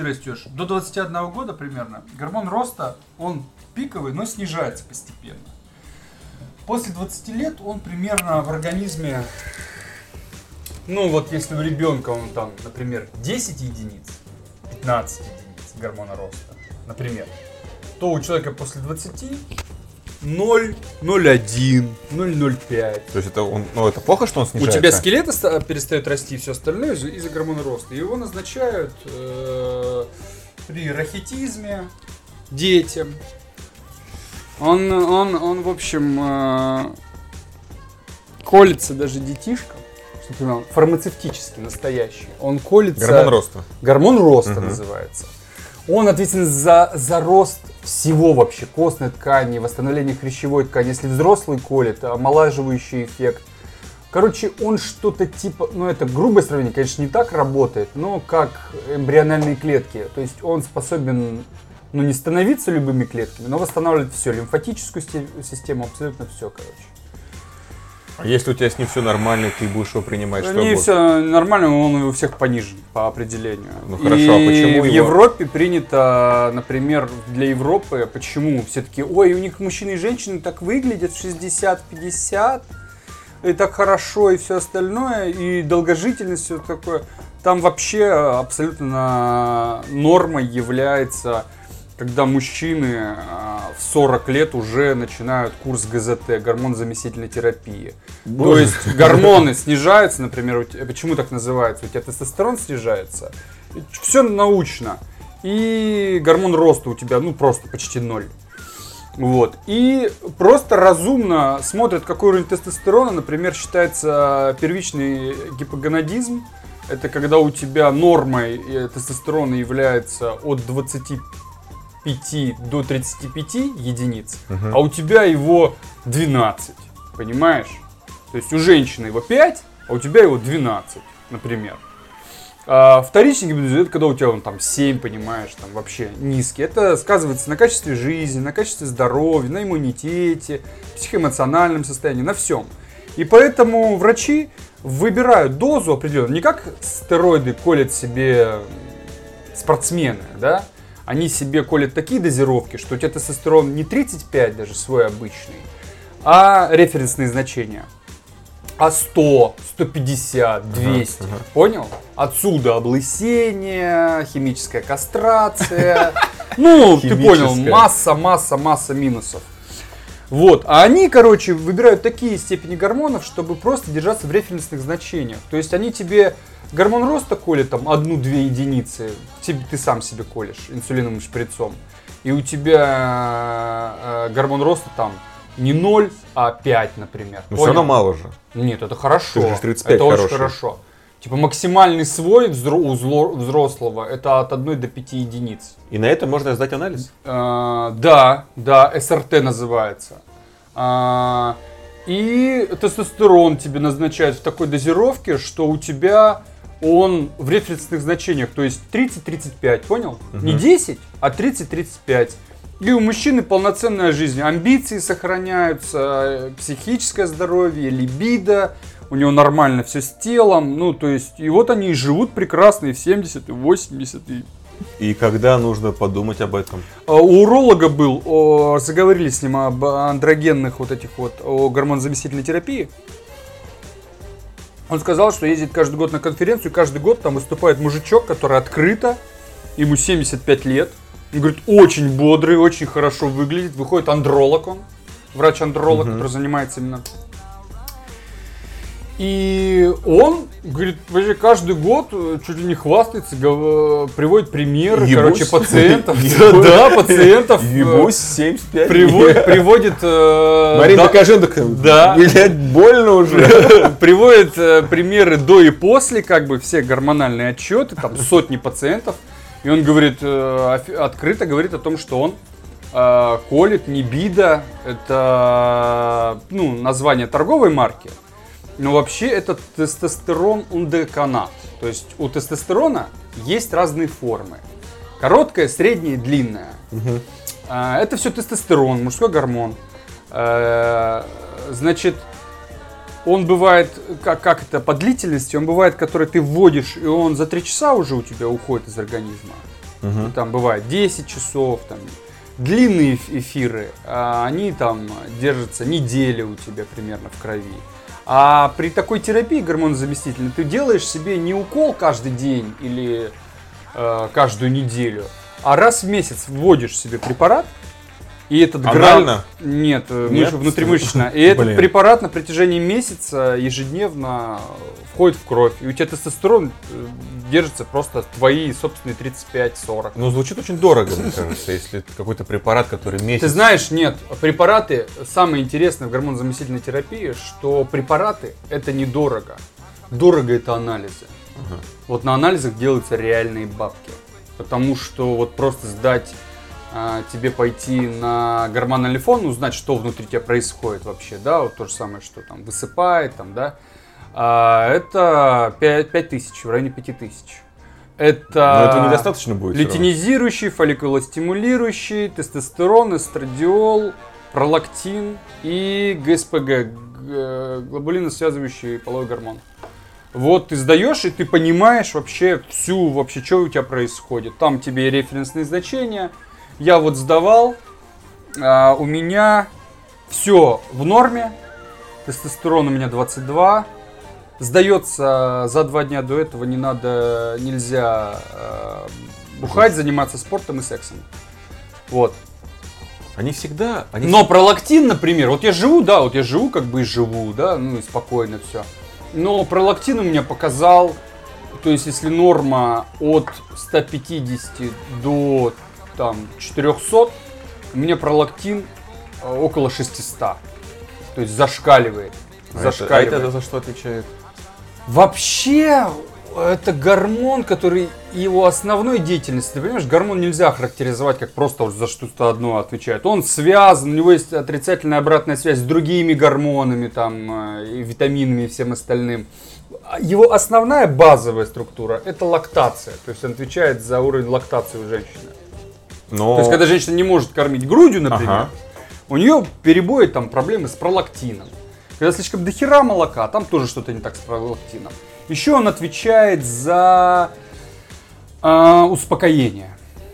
растешь, до 21 года примерно, гормон роста, он пиковый, но снижается постепенно. После 20 лет он примерно в организме, ну вот если у ребенка он там, например, 10 единиц, 15 единиц гормона роста, например, то у человека после 20 0, 0,1, 0,05. То есть это плохо, что он снижается? У тебя скелет перестает расти и все остальное из-за гормона роста. Его назначают при рахитизме детям. Он в общем, колется даже детишкам. Фармацевтически настоящий. Он колется... Гормон роста. Гормон роста называется. Он ответственен за рост всего вообще, костной ткани, восстановление хрящевой ткани. Если взрослый колет, омолаживающий эффект. Короче, он что-то типа, ну это грубое сравнение, конечно, не так работает, но как эмбриональные клетки. То есть он способен, ну не становиться любыми клетками, но восстанавливать все, лимфатическую систему, абсолютно все, короче. А если у тебя с ним все нормально, ты будешь его принимать, что Не будет? все нормально, он у всех понижен по определению. Ну хорошо, а почему в Европе принято, например, для Европы, почему все таки, ой, у них мужчины и женщины так выглядят в 60-50, и так хорошо, и все остальное, и долгожительность, все такое. Там вообще абсолютно нормой является, когда мужчины в 40 лет уже начинают курс ГЗТ, гормон-заместительной терапии. То есть гормоны снижаются, например, почему так называется? У тебя тестостерон снижается, все научно, и гормон роста у тебя, ну, просто почти 0. Вот. И просто разумно смотрят, какой уровень тестостерона. Например, считается первичный гипогонадизм. Это когда у тебя нормой тестостерона является от 25 до 35 единиц, а у тебя его 12. Понимаешь? То есть у женщины его 5, а у тебя его 12, например. А вторичный гипогонадизм, это когда у тебя он там 7, понимаешь, там вообще низкий. Это сказывается на качестве жизни, на качестве здоровья, на иммунитете, психоэмоциональном состоянии, на всем. И поэтому врачи выбирают дозу определенную. Не как стероиды колят себе спортсмены, да? Они себе колят такие дозировки, что у тебя тестостерон не 35 даже свой обычный, а референсные значения. А 100, 150, 200. Понял? Отсюда облысение, химическая кастрация. Ну, ты понял, масса минусов. Вот. А они, короче, выбирают такие степени гормонов, чтобы просто держаться в референсных значениях. То есть они тебе гормон роста колят там 1-2 единицы. Ты сам себе колешь инсулиновым шприцом. И у тебя гормон роста там не 0, а 5, например. Ну все равно мало же. Нет, это хорошо. Ты же 35 это хороший. очень хорошо. Типа максимальный свой у взрослого это от 1 до 5 единиц. И на это можно сдать анализ? Да, СРТ называется. И тестостерон тебе назначают в такой дозировке, что у тебя он в референсных значениях, то есть 30-35, понял? Не 10, а 30-35. И у мужчины полноценная жизнь, амбиции сохраняются, психическое здоровье, либидо, у него нормально все с телом, ну то есть, и вот они и живут прекрасно и в 70, и в 80, И когда нужно подумать об этом? У уролога был, заговорили с ним об андрогенных вот этих вот, о гормонозаместительной терапии. Он сказал, что ездит каждый год на конференцию, и каждый год там выступает мужичок, который открыто, ему 75 лет. Он говорит, очень бодрый, очень хорошо выглядит. Выходит андролог он, врач-андролог, который занимается именно. И он, говорит, вообще каждый год чуть ли не хвастается, приводит примеры, короче, пациентов. Да, пациентов. Ебусь, 75 Приводит... Марина, докажи, да. Блять, больно уже. Приводит примеры до и после, как бы все гормональные отчеты, там сотни пациентов. И он говорит, открыто говорит о том, что он колет Нибида, это название торговой марки, но вообще это тестостерон ундеканат. То есть у тестостерона есть разные формы. Короткая, средняя и длинная. Это все тестостерон, мужской гормон. Значит, он бывает, как это, по длительности, он бывает, который ты вводишь, и он за 3 часа уже у тебя уходит из организма. Там бывает 10 часов, там длинные эфиры, они там держатся неделю у тебя примерно в крови. А при такой терапии гормонозаместительной ты делаешь себе не укол каждый день или каждую неделю, а раз в месяц вводишь себе препарат, и этот Анально? Нет, внутримышечно. И этот препарат на протяжении месяца ежедневно входит в кровь. И у тебя тестостерон держится просто твои собственные 35-40. Ну, звучит очень дорого, мне кажется, если какой-то препарат, который месяц... Ты знаешь, нет, препараты, самое интересное в гормонозаместительной терапии, что препараты это недорого. Дорого это анализы. Вот на анализах делаются реальные бабки. Потому что вот просто сдать... тебе пойти на гормональный фон, узнать, что внутри тебя происходит вообще, да, вот то же самое, что там высыпает, там, да, это 5000, в районе 5000. Это... Но этого недостаточно будет. Лютинизирующий, фолликулостимулирующий, тестостерон, эстрадиол, пролактин и ГСПГ, глобулиносвязывающий половой гормон. Вот ты сдаешь, и ты понимаешь вообще что у тебя происходит. Там тебе референсные значения. Я вот сдавал, у меня все в норме, тестостерон у меня 22, сдается за 2 дня до этого нельзя бухать, заниматься спортом и сексом. Вот. Они всегда... Но пролактин, например, вот я живу, как бы и живу, да, ну и спокойно все. Но пролактин у меня показал, то есть если норма от 150 до... там 400, у меня пролактин около 600. То есть зашкаливает. Это за что отвечает? Вообще, это гормон, который его основной деятельности, ты понимаешь, гормон нельзя характеризовать как просто за что-то одно отвечает. Он связан, у него есть отрицательная обратная связь с другими гормонами, там, и витаминами и всем остальным. Его основная базовая структура это лактация. То есть он отвечает за уровень лактации у женщины. То есть, когда женщина не может кормить грудью, например, у нее перебои, там, проблемы с пролактином. Когда слишком дохера молока, там тоже что-то не так с пролактином. Еще он отвечает за успокоение,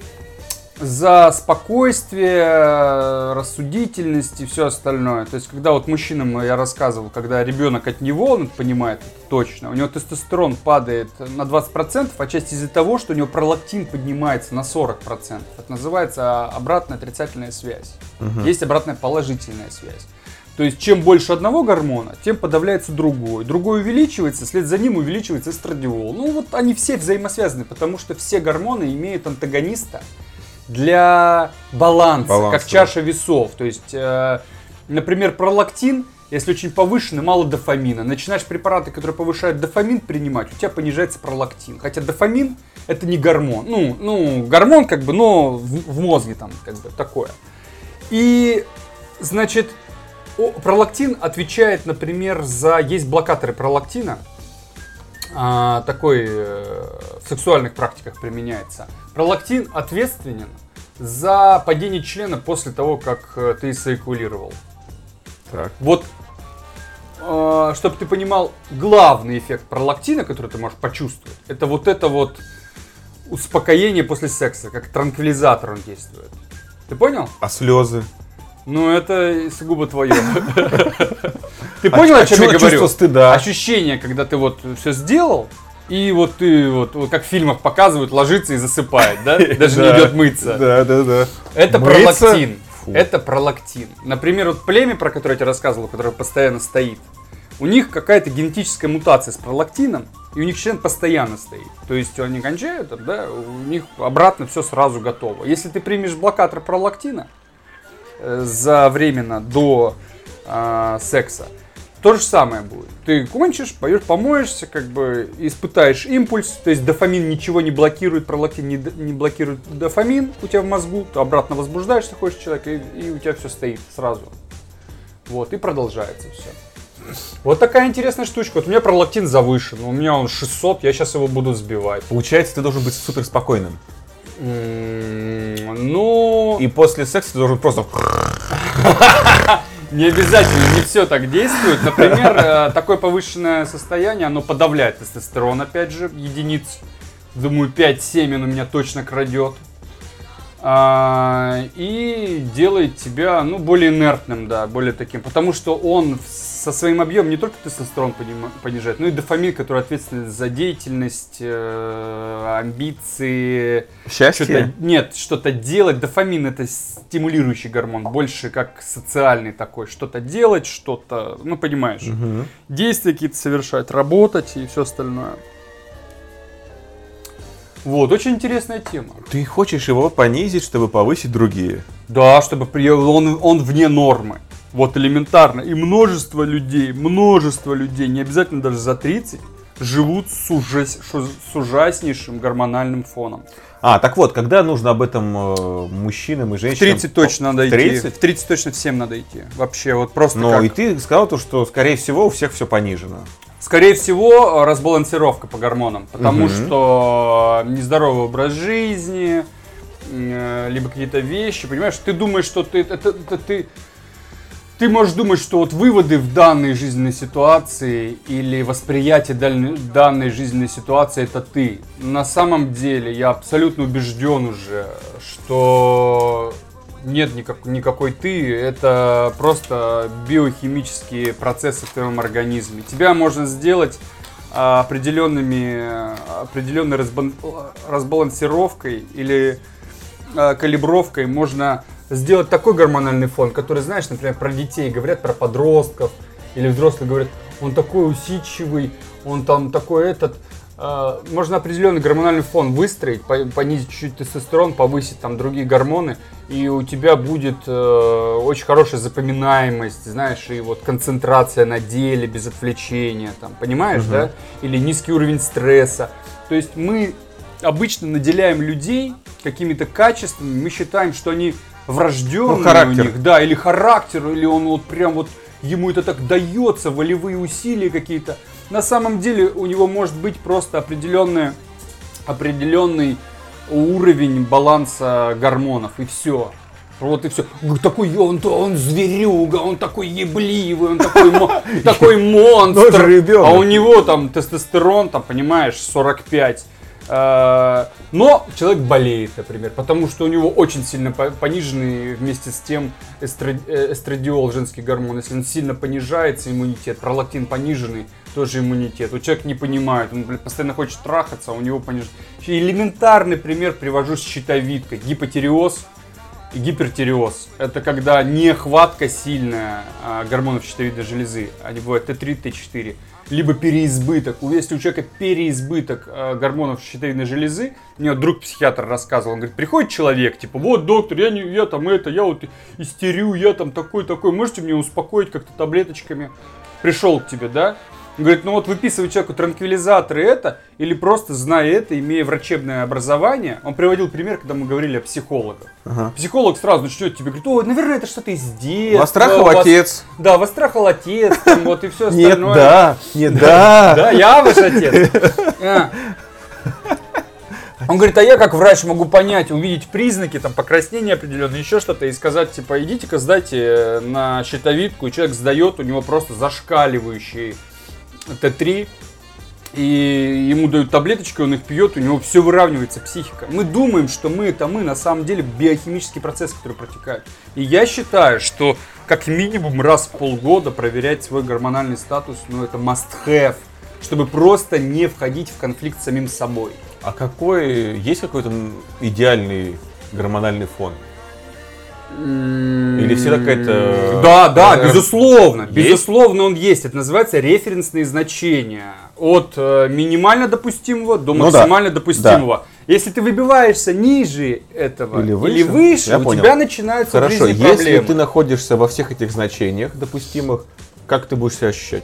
за спокойствие, рассудительность и все остальное. То есть, когда вот мужчинам я рассказывал, когда ребенок от него, он понимает это точно, у него тестостерон падает на 20%, отчасти из-за того, что у него пролактин поднимается на 40%. Это называется обратная отрицательная связь. Есть обратная положительная связь. То есть, чем больше одного гормона, тем подавляется другой. Другой увеличивается, вслед за ним увеличивается эстрадиол. Ну вот они все взаимосвязаны, потому что все гормоны имеют антагониста для баланса, как чаша весов. То есть, например, пролактин, если очень повышенный, мало дофамина. Начинаешь препараты, которые повышают дофамин принимать, у тебя понижается пролактин. Хотя дофамин это не гормон. Ну гормон как бы, но в мозге там как бы такое. И, значит, пролактин отвечает, например, есть блокаторы пролактина, такой в сексуальных практиках применяется. Пролактин ответственен за падение члена после того, как ты саякулировал. Так. Вот, чтобы ты понимал, главный эффект пролактина, который ты можешь почувствовать, это вот успокоение после секса, как транквилизатор он действует. Ты понял? А слезы? Ну, это сугубо твое. Ты понял, о чем я говорю? Чувство стыда. Ощущение, когда ты вот все сделал, и вот ты вот как в фильмах показывают, ложится и засыпает, да? Даже не идет мыться. Да. Это пролактин. Это пролактин. Например, вот племя, про которое я тебе рассказывал, которое постоянно стоит, у них какая-то генетическая мутация с пролактином, и у них член постоянно стоит. То есть они кончают, да, у них обратно все сразу готово. Если ты примешь блокатор пролактина временно до секса, то же самое будет. Ты кончишь, пойдешь, помоешься, как бы испытаешь импульс, то есть дофамин ничего не блокирует, пролактин не блокирует дофамин у тебя в мозгу, ты обратно возбуждаешься, хочешь человека, и у тебя все стоит сразу. Вот, и продолжается все. Вот такая интересная штучка. Вот у меня пролактин завышен, у меня он 600, я сейчас его буду сбивать. Получается, ты должен быть супер спокойным. Ну... И после секса ты должен просто... Не обязательно, не все так действует. Например, такое повышенное состояние, оно подавляет тестостерон, опять же, единиц думаю, 5 семен у меня точно крадет. И делает тебя, ну, более инертным, да, более таким. Потому что он со своим объемом не только тестостерон понижает, но и дофамин, который ответственен за деятельность, амбиции. Счастье? Что-то делать. Дофамин — это стимулирующий гормон, больше как социальный такой. Что-то делать, что-то, ну, понимаешь, действия какие-то совершать, работать и все остальное. Вот, очень интересная тема. Ты хочешь его понизить, чтобы повысить другие? Да, чтобы он вне нормы. Вот элементарно. И множество людей, не обязательно даже за 30, живут с ужаснейшим гормональным фоном. Так вот, когда нужно об этом мужчинам и женщинам? В 30 точно надо 30? идти. В 30 точно всем надо идти. Вообще, вот просто Но как... и ты сказал, что, скорее всего, у всех все понижено. Скорее всего, разбалансировка по гормонам. Потому что нездоровый образ жизни, либо какие-то вещи, понимаешь, ты думаешь, что ты можешь думать, что вот выводы в данной жизненной ситуации или восприятие данной жизненной ситуации — это ты. На самом деле я абсолютно убежден уже, что нет никакой ты, это просто биохимические процессы в твоем организме. Тебя можно сделать определенной разбалансировкой или калибровкой, можно сделать такой гормональный фон, который, знаешь, например, про детей говорят, про подростков, или взрослые говорят, он такой усидчивый, он там такой можно определенный гормональный фон выстроить, понизить чуть-чуть тестостерон, повысить там другие гормоны, и у тебя будет очень хорошая запоминаемость, знаешь, и вот концентрация на деле без отвлечения, там, понимаешь, да? Или низкий уровень стресса. То есть мы обычно наделяем людей какими-то качествами, мы считаем, что они врожденные у них, да, или характер, или он вот прям вот ему это так дается, волевые усилия какие-то. На самом деле у него может быть просто определенный уровень баланса гормонов, и все. Вот и все. Такой он зверюга, он такой ебливый, он такой монстр. А у него там тестостерон, там, понимаешь, 45. Но человек болеет, например, потому что у него очень сильно пониженный вместе с тем эстрадиол, женский гормон. Если он сильно понижается, иммунитет, пролактин пониженный, тоже иммунитет. Вот человек не понимает, он, постоянно хочет трахаться, а у него понижен. Элементарный пример привожу с щитовидкой. Гипотиреоз и гипертиреоз. Это когда нехватка сильная гормонов щитовидной железы. Они бывают Т3, Т4. Либо переизбыток. Если у человека переизбыток гормонов щитовидной железы, мне вот друг психиатр рассказывал, он говорит, приходит человек, типа, вот, доктор, я вот истерю, я там такой, можете мне успокоить как-то таблеточками? Пришел к тебе, да? Он говорит, ну вот выписывай человеку транквилизаторы или просто зная это, имея врачебное образование. Он приводил пример, когда мы говорили о психологах. Психолог сразу начнет тебе говорить, ой, наверное, это что-то из детства. Вас трахал отец. Да, вас трахал отец, там, вот и все остальное. Нет, да. Да, я ваш отец. Он говорит, а я как врач могу понять, увидеть признаки, там, покраснения определенные, еще что-то, и сказать, типа, идите-ка сдайте на щитовидку, и человек сдает, у него просто зашкаливающий Т3, и ему дают таблеточки, он их пьет, у него все выравнивается, психика. Мы думаем, что мы, на самом деле биохимический процесс, который протекает. И я считаю, что как минимум раз в полгода проверять свой гормональный статус, это must have, чтобы просто не входить в конфликт с самим собой. А есть какой-то идеальный гормональный фон? Или все какая-то... Да, безусловно. Безусловно, он есть. Это называется референсные значения. От минимально допустимого до максимально допустимого. Да. Если ты выбиваешься ниже этого или выше, у тебя начинаются в жизни проблемы. Если ты находишься во всех этих значениях допустимых, как ты будешь себя ощущать?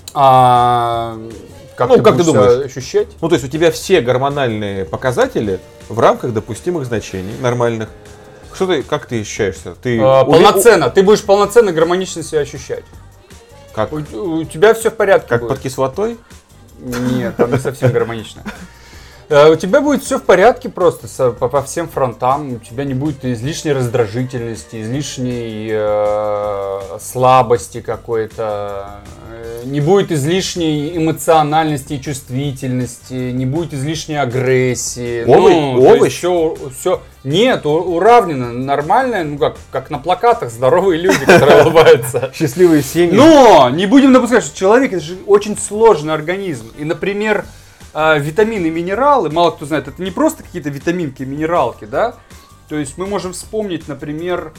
Как ты думаешь? Ощущать? Ну, то есть у тебя все гормональные показатели в рамках допустимых значений, нормальных. Как ты ощущаешься? Полноценно. Ты будешь полноценно гармонично себя ощущать. Как? У тебя все в порядке. Как будет. под кислотой? Нет, там не совсем гармонично. У тебя будет все в порядке просто по всем фронтам. У тебя не будет излишней раздражительности, излишней слабости какой-то. не будет излишней эмоциональности и чувствительности, не будет излишней агрессии. Овощ? Все. Нет, уравнено, нормально, ну как на плакатах, здоровые люди, которые улыбаются. Счастливые семьи. Но не будем допускать, что человек это же очень сложный организм. И, например, витамины и минералы, мало кто знает, это не просто какие-то витаминки и минералки, да? То есть мы можем вспомнить, например,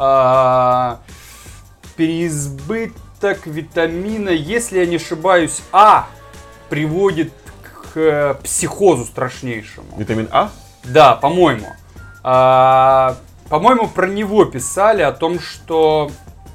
переизбыток витамина, если я не ошибаюсь, приводит к психозу страшнейшему. Витамин А? Да, по-моему. По-моему, про него писали, о том, что...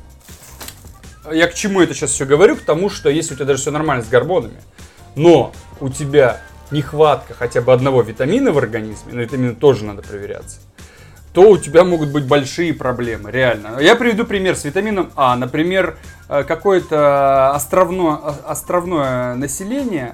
Я к чему это сейчас все говорю? К тому, что если у тебя даже все нормально с гормонами, но у тебя нехватка хотя бы одного витамина в организме, но витамины тоже надо проверяться, то у тебя могут быть большие проблемы, реально. Я приведу пример с витамином А. Например, какое-то островное население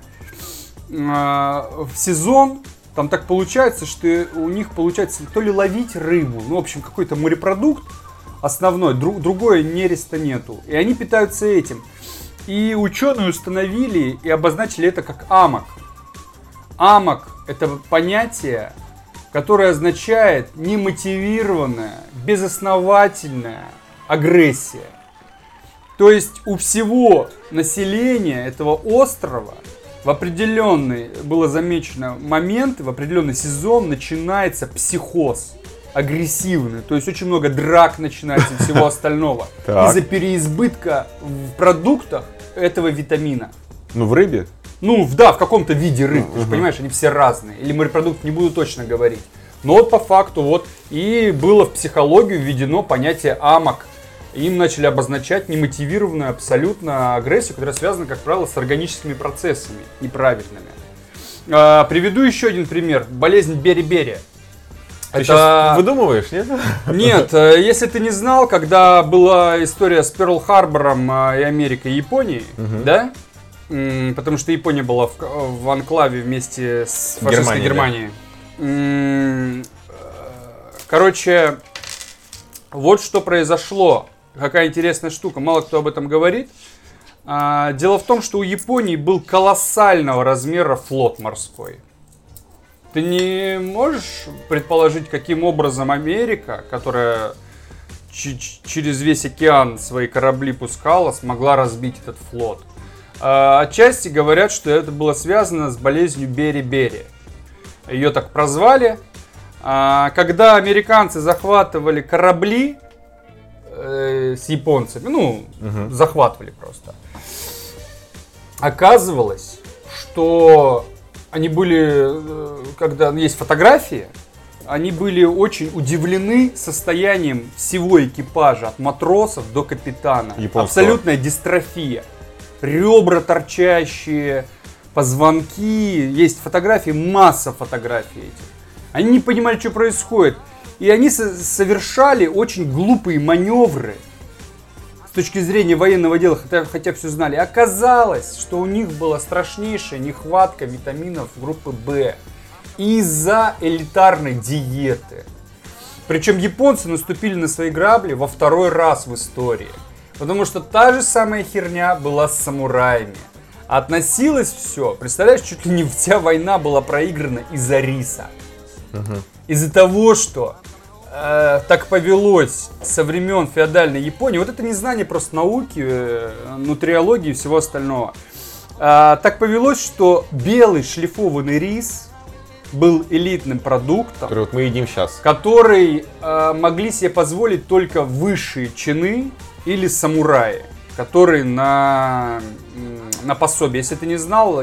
в сезон, там так получается, что у них получается то ли ловить рыбу, ну, в общем, какой-то морепродукт основной, другое нереста нету. И они питаются этим. И ученые установили и обозначили это как амок. Амок – это понятие, которое означает немотивированная, безосновательная агрессия. То есть у всего населения этого острова в определенный, было замечено, момент, в определенный сезон начинается психоз агрессивный. То есть очень много драк начинается и всего остального. Из-за переизбытка в продуктах этого витамина. Ну, в рыбе? Ну, да, в каком-то виде рыб. Ты же понимаешь, они все разные. Или морепродукт, не буду точно говорить. Но вот по факту вот и было в психологию введено понятие амок. Им начали обозначать немотивированную абсолютно агрессию, которая связана, как правило, с органическими процессами неправильными. Приведу еще один пример. Болезнь бери-бери. Ты сейчас выдумываешь, нет? Нет, если ты не знал, когда была история с Перл-Харбором и Америкой и Японией, да? Потому что Япония была в анклаве вместе с фашистской Германией. Короче, вот что произошло. Какая интересная штука, мало кто об этом говорит. Дело в том, что у Японии был колоссального размера флот морской. Ты не можешь предположить, каким образом Америка, которая через весь океан свои корабли пускала, смогла разбить этот флот? Отчасти говорят, что это было связано с болезнью Бери-Бери. Ее так прозвали. Когда американцы захватывали корабли с японцами, захватывали просто, оказывалось, что они были, когда есть фотографии, они были очень удивлены состоянием всего экипажа, от матросов до капитана. Японского. Абсолютная дистрофия. Ребра торчащие, позвонки. Есть фотографии, масса фотографий этих. Они не понимали, что происходит. И они совершали очень глупые маневры с точки зрения военного дела, хотя все знали. Оказалось, что у них была страшнейшая нехватка витаминов группы В из-за элитарной диеты. Причем японцы наступили на свои грабли во второй раз в истории. Потому что та же самая херня была с самураями. Относилось все, представляешь, чуть ли не вся война была проиграна из-за риса. Из-за того, что так повелось со времен феодальной Японии. Вот это не знание просто науки, нутриологии и всего остального. Так повелось, что белый шлифованный рис был элитным продуктом, который вот мы едим сейчас, который могли себе позволить только высшие чины или самураи, которые на пособие. Если ты не знал,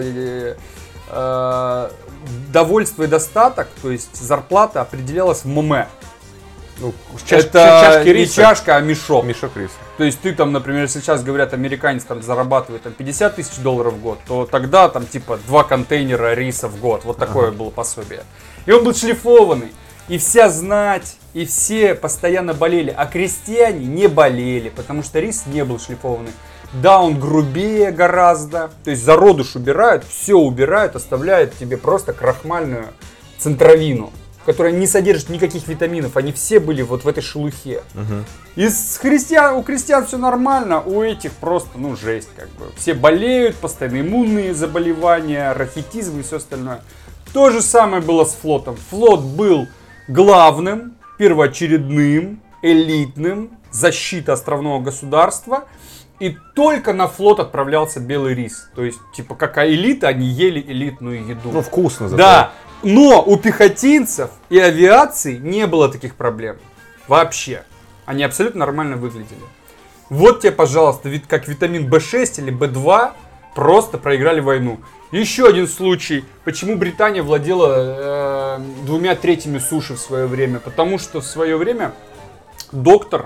довольство и достаток, то есть зарплата определялась в моме. Ну, это не чашка, а мешок. Мешок риса. То есть ты там, например, если сейчас говорят, американец там зарабатывает там, $50 тысяч в год, то тогда там типа 2 контейнера риса в год. Вот такое было пособие. И он был шлифованный. И вся знать, и все постоянно болели. А крестьяне не болели, потому что рис не был шлифованный. Да, он грубее гораздо. То есть зародыш убирают, все убирают, оставляют тебе просто крахмальную центровину. которая не содержит никаких витаминов, они все были вот в этой шелухе. Угу. У крестьян все нормально, у этих просто, жесть как бы. Все болеют, постоянно иммунные заболевания, рахитизм и все остальное. То же самое было с флотом. Флот был главным, первоочередным, элитным, защита островного государства. И только на флот отправлялся белый рис. То есть, типа, как элита, они ели элитную еду. Вкусно зато. Да, но у пехотинцев и авиации не было таких проблем. Вообще. Они абсолютно нормально выглядели. Вот тебе, пожалуйста, как витамин В6 или В2 просто проиграли войну. Еще один случай, почему Британия владела 2/3 суши в свое время. Потому что в свое время доктор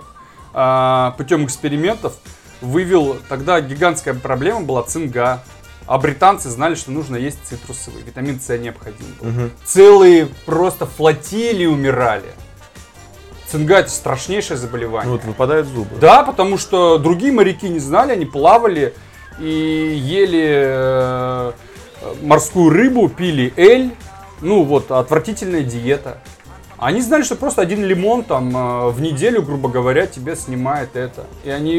путем экспериментов вывел, тогда гигантская проблема была цинга. А британцы знали, что нужно есть цитрусовый. Витамин С необходим был. Угу. Целые просто флотилии умирали. Цинга — это страшнейшее заболевание. Вот выпадают зубы. Да, потому что другие моряки не знали, они плавали и ели морскую рыбу, пили эль. Отвратительная диета. Они знали, что просто один лимон там в неделю, грубо говоря, тебе снимает это. И они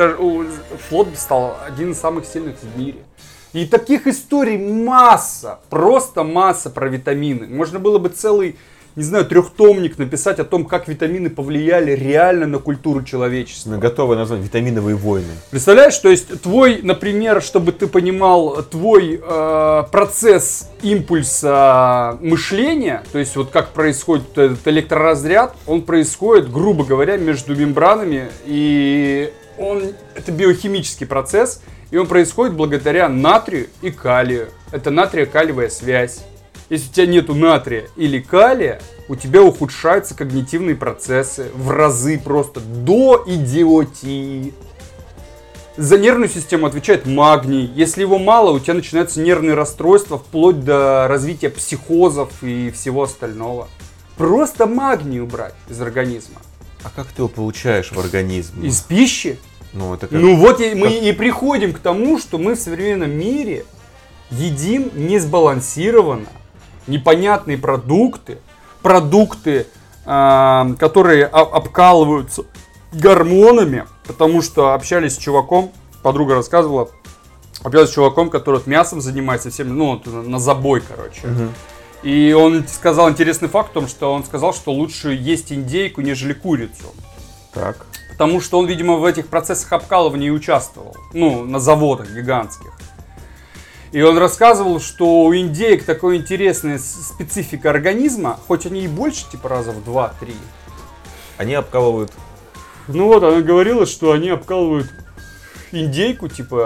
флот стал один из самых сильных в мире. И таких историй масса, просто масса про витамины. Можно было бы целый, не знаю, 3-томник написать о том, как витамины повлияли реально на культуру человечества. Готовы назвать «Витаминовые войны». Представляешь, то есть твой, например, чтобы ты понимал, твой процесс импульса мышления, то есть вот как происходит этот электроразряд, он происходит, грубо говоря, между мембранами, и это биохимический процесс, и он происходит благодаря натрию и калию. Это натрия-калиевая связь. Если у тебя нету натрия или калия, у тебя ухудшаются когнитивные процессы в разы просто до идиотии. За нервную систему отвечает магний. Если его мало, у тебя начинаются нервные расстройства вплоть до развития психозов и всего остального. Просто магний убрать из организма. А как ты его получаешь в организм? Из пищи. Мы и приходим к тому, что мы в современном мире едим несбалансированно непонятные продукты, которые обкалываются гормонами, потому что общались с чуваком, подруга рассказывала, общались с чуваком, который мясом занимается всем, на забой, короче. Угу. И он сказал интересный факт в том, что он сказал, что лучше есть индейку, нежели курицу. Так. Потому что он, видимо, в этих процессах обкалывания и участвовал. На заводах гигантских. И он рассказывал, что у индеек такая интересная специфика организма, хоть они и больше, типа раза в 2-3. Они обкалывают. Она говорила, что они обкалывают индейку,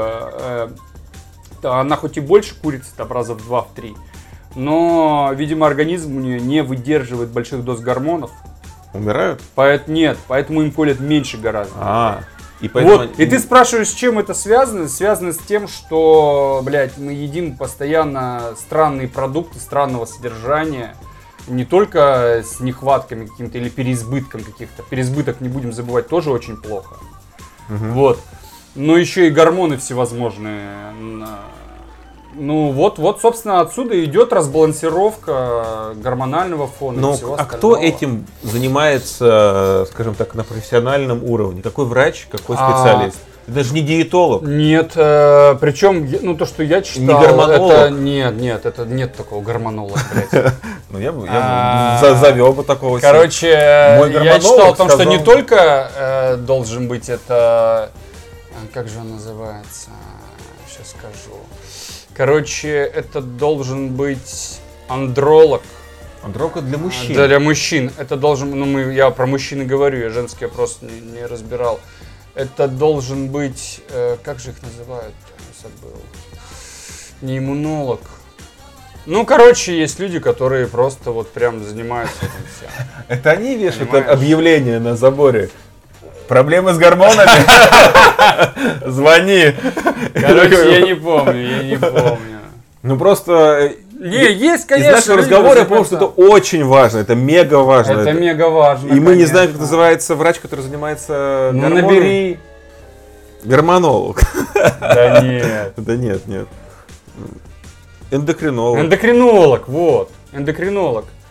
она хоть и больше курицы, там раза в 2-3. Но, видимо, организм у нее не выдерживает больших доз гормонов. Умирают? Нет, поэтому им колят меньше гораздо. И поэтому... И ты спрашиваешь, с чем это связано? Связано с тем, что, мы едим постоянно странные продукты, странного содержания. Не только с нехватками каким-то или переизбытком каких-то. Переизбыток, не будем забывать, тоже очень плохо. Угу. Но еще и гормоны всевозможные. Собственно, отсюда идет разбалансировка гормонального фона. Но и всего остального. Кто этим занимается, скажем так, на профессиональном уровне? Какой врач, какой специалист? Это даже не диетолог. Нет, причем, то, что я читал, не гормонолог. Нет такого гормонолога, блядь. Я завел бы такого. Короче, я читал о том, что не только должен быть это... Как же он называется? Сейчас скажу. Короче, это должен быть андролог. Андролог для мужчин. Для мужчин. Это должен, я про мужчин и говорю, я женский вопрос не разбирал. Это должен быть, как же их называют? Забыл. Не иммунолог. Есть люди, которые просто прям занимаются этим всем. Это они вешают объявление на заборе? Проблемы с гормонами? Звони. Я не помню. Просто... есть, конечно. Из нашего разговора я понял, что это очень важно, это мега важно. Это мега важно. И мы не знаем, как называется врач, который занимается гормонами. Набери. Гормонолог. Да нет. Да нет. Эндокринолог. Эндокринолог, вот. Эндокринолог.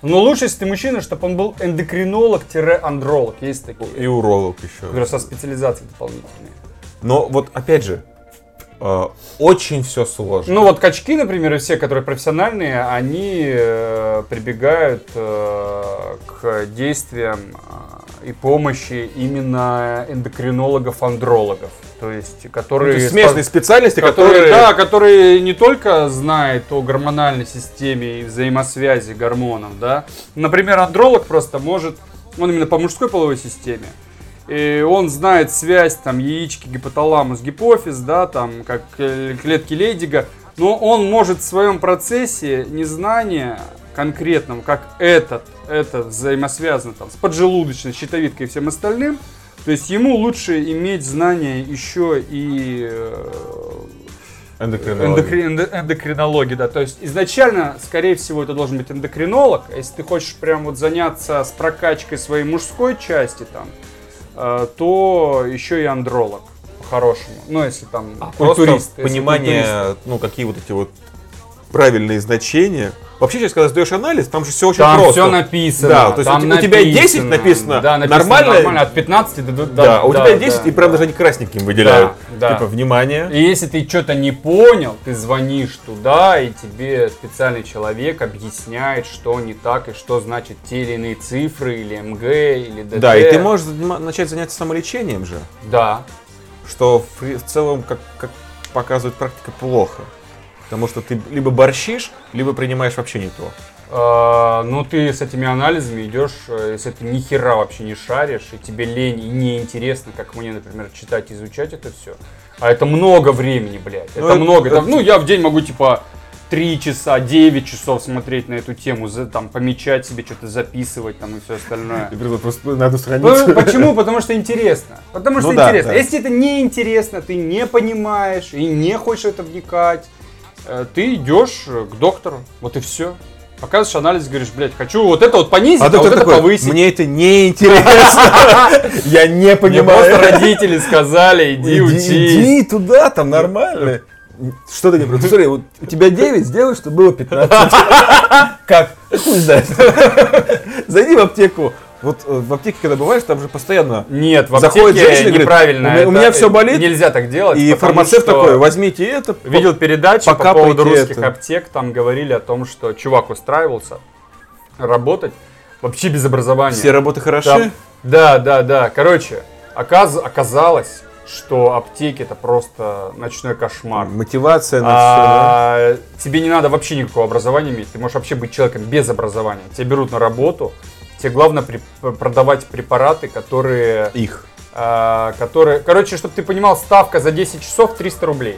Но лучше, если ты мужчина, чтобы он был эндокринолог-андролог. Есть такие. И уролог еще. Говорю, со специализацией дополнительной. Но вот опять же, очень все сложно. Ну вот качки, например, и все, которые профессиональные, они прибегают к действиям и помощи именно эндокринологов-андрологов. То есть, которые... смежные специальности, которые не только знают о гормональной системе и взаимосвязи гормонов, да. Например, андролог просто может, он именно по мужской половой системе, и он знает связь, там, яички, гипоталамус, гипофиз, да, там, как клетки Лейдига, но он может в своем процессе незнания конкретном, как это взаимосвязано там, с поджелудочной, щитовидкой и всем остальным, то есть ему лучше иметь знания еще и эндокринологии, да, то есть изначально, скорее всего, это должен быть эндокринолог, а если ты хочешь прям вот заняться с прокачкой своей мужской части там, то еще и андролог по-хорошему. Ну, если там культурист. Понимание, ну, какие вот эти вот правильные значения. Вообще, сейчас, когда сдаешь анализ, там же все очень там просто. Там все написано. Да, то есть там у тебя 10 написано, да, нормально, от 15 до... Да, а у тебя 10, и прям даже они красненьким выделяют. Да. Типа, внимание. И если ты что-то не понял, ты звонишь туда, и тебе специальный человек объясняет, что не так, и что значит те или иные цифры, или МГ, или ДТ. Да, и ты можешь начать заняться самолечением же. Да. Что в целом, как показывает практика, плохо. Потому что ты либо борщишь, либо принимаешь вообще не то. Ну, ты с этими анализами идешь, если ты ни хера вообще не шаришь, и тебе лень и неинтересно, как мне, например, читать, изучать это все. А это много времени, блядь. Это много. Ну, я в день могу, типа, 3 часа, 9 часов смотреть на эту тему, там, помечать себе, что-то записывать там и все остальное. Просто на одну страницу. Почему? Потому что интересно. Потому что интересно. Если это не интересно, ты не понимаешь и не хочешь в это вникать, ты идешь к доктору, вот и все. Показываешь анализ, говоришь, блядь, хочу вот это вот понизить, а вот это повысить. Мне это не интересно. Я не понимаю. Мне просто родители сказали, иди учись. Иди туда, там нормально. Что ты не понимаешь? Смотри, у тебя 9, сделай, чтобы было 15. Как? Хуй знает. Зайди в аптеку. Вот в аптеке, когда бываешь, там же постоянно нет, в аптеке неправильно. Говорит, у меня все болит. Нельзя так делать. И фармацевт такой, возьмите это. Видел передачу по поводу русских аптек, там говорили о том, что чувак устраивался работать вообще без образования. Все работы хороши? Там, да. Короче, оказалось, что аптеки это просто ночной кошмар. Мотивация на все, да? Тебе не надо вообще никакого образования иметь. Ты можешь вообще быть человеком без образования. Тебя берут на работу. Тебе главное продавать препараты, которые... Короче, чтобы ты понимал, ставка за 10 часов 300 рублей.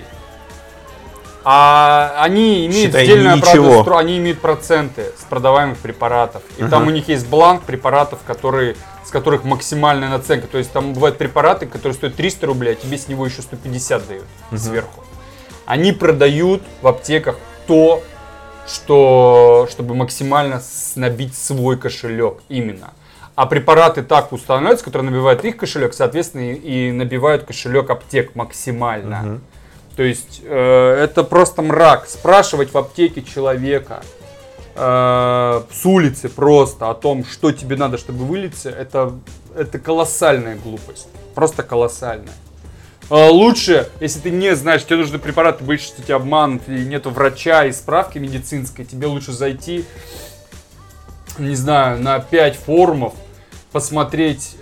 А они имеют они имеют проценты с продаваемых препаратов. И там у них есть бланк препаратов, с которых максимальная наценка. То есть там бывают препараты, которые стоят 300 рублей, а тебе с него еще 150 дают сверху. Они продают в аптеках то, чтобы максимально набить свой кошелек именно. А препараты так устанавливаются, которые набивают их кошелек, соответственно, и набивают кошелек аптек максимально. То есть это просто мрак. Спрашивать в аптеке человека с улицы просто о том, что тебе надо, чтобы вылечиться, это колоссальная глупость. Просто колоссальная. Лучше, если ты не знаешь, тебе нужны препараты, ты боишься, что тебя обманут, и нету врача и справки медицинской, тебе лучше зайти, не знаю, на 5 форумов, посмотреть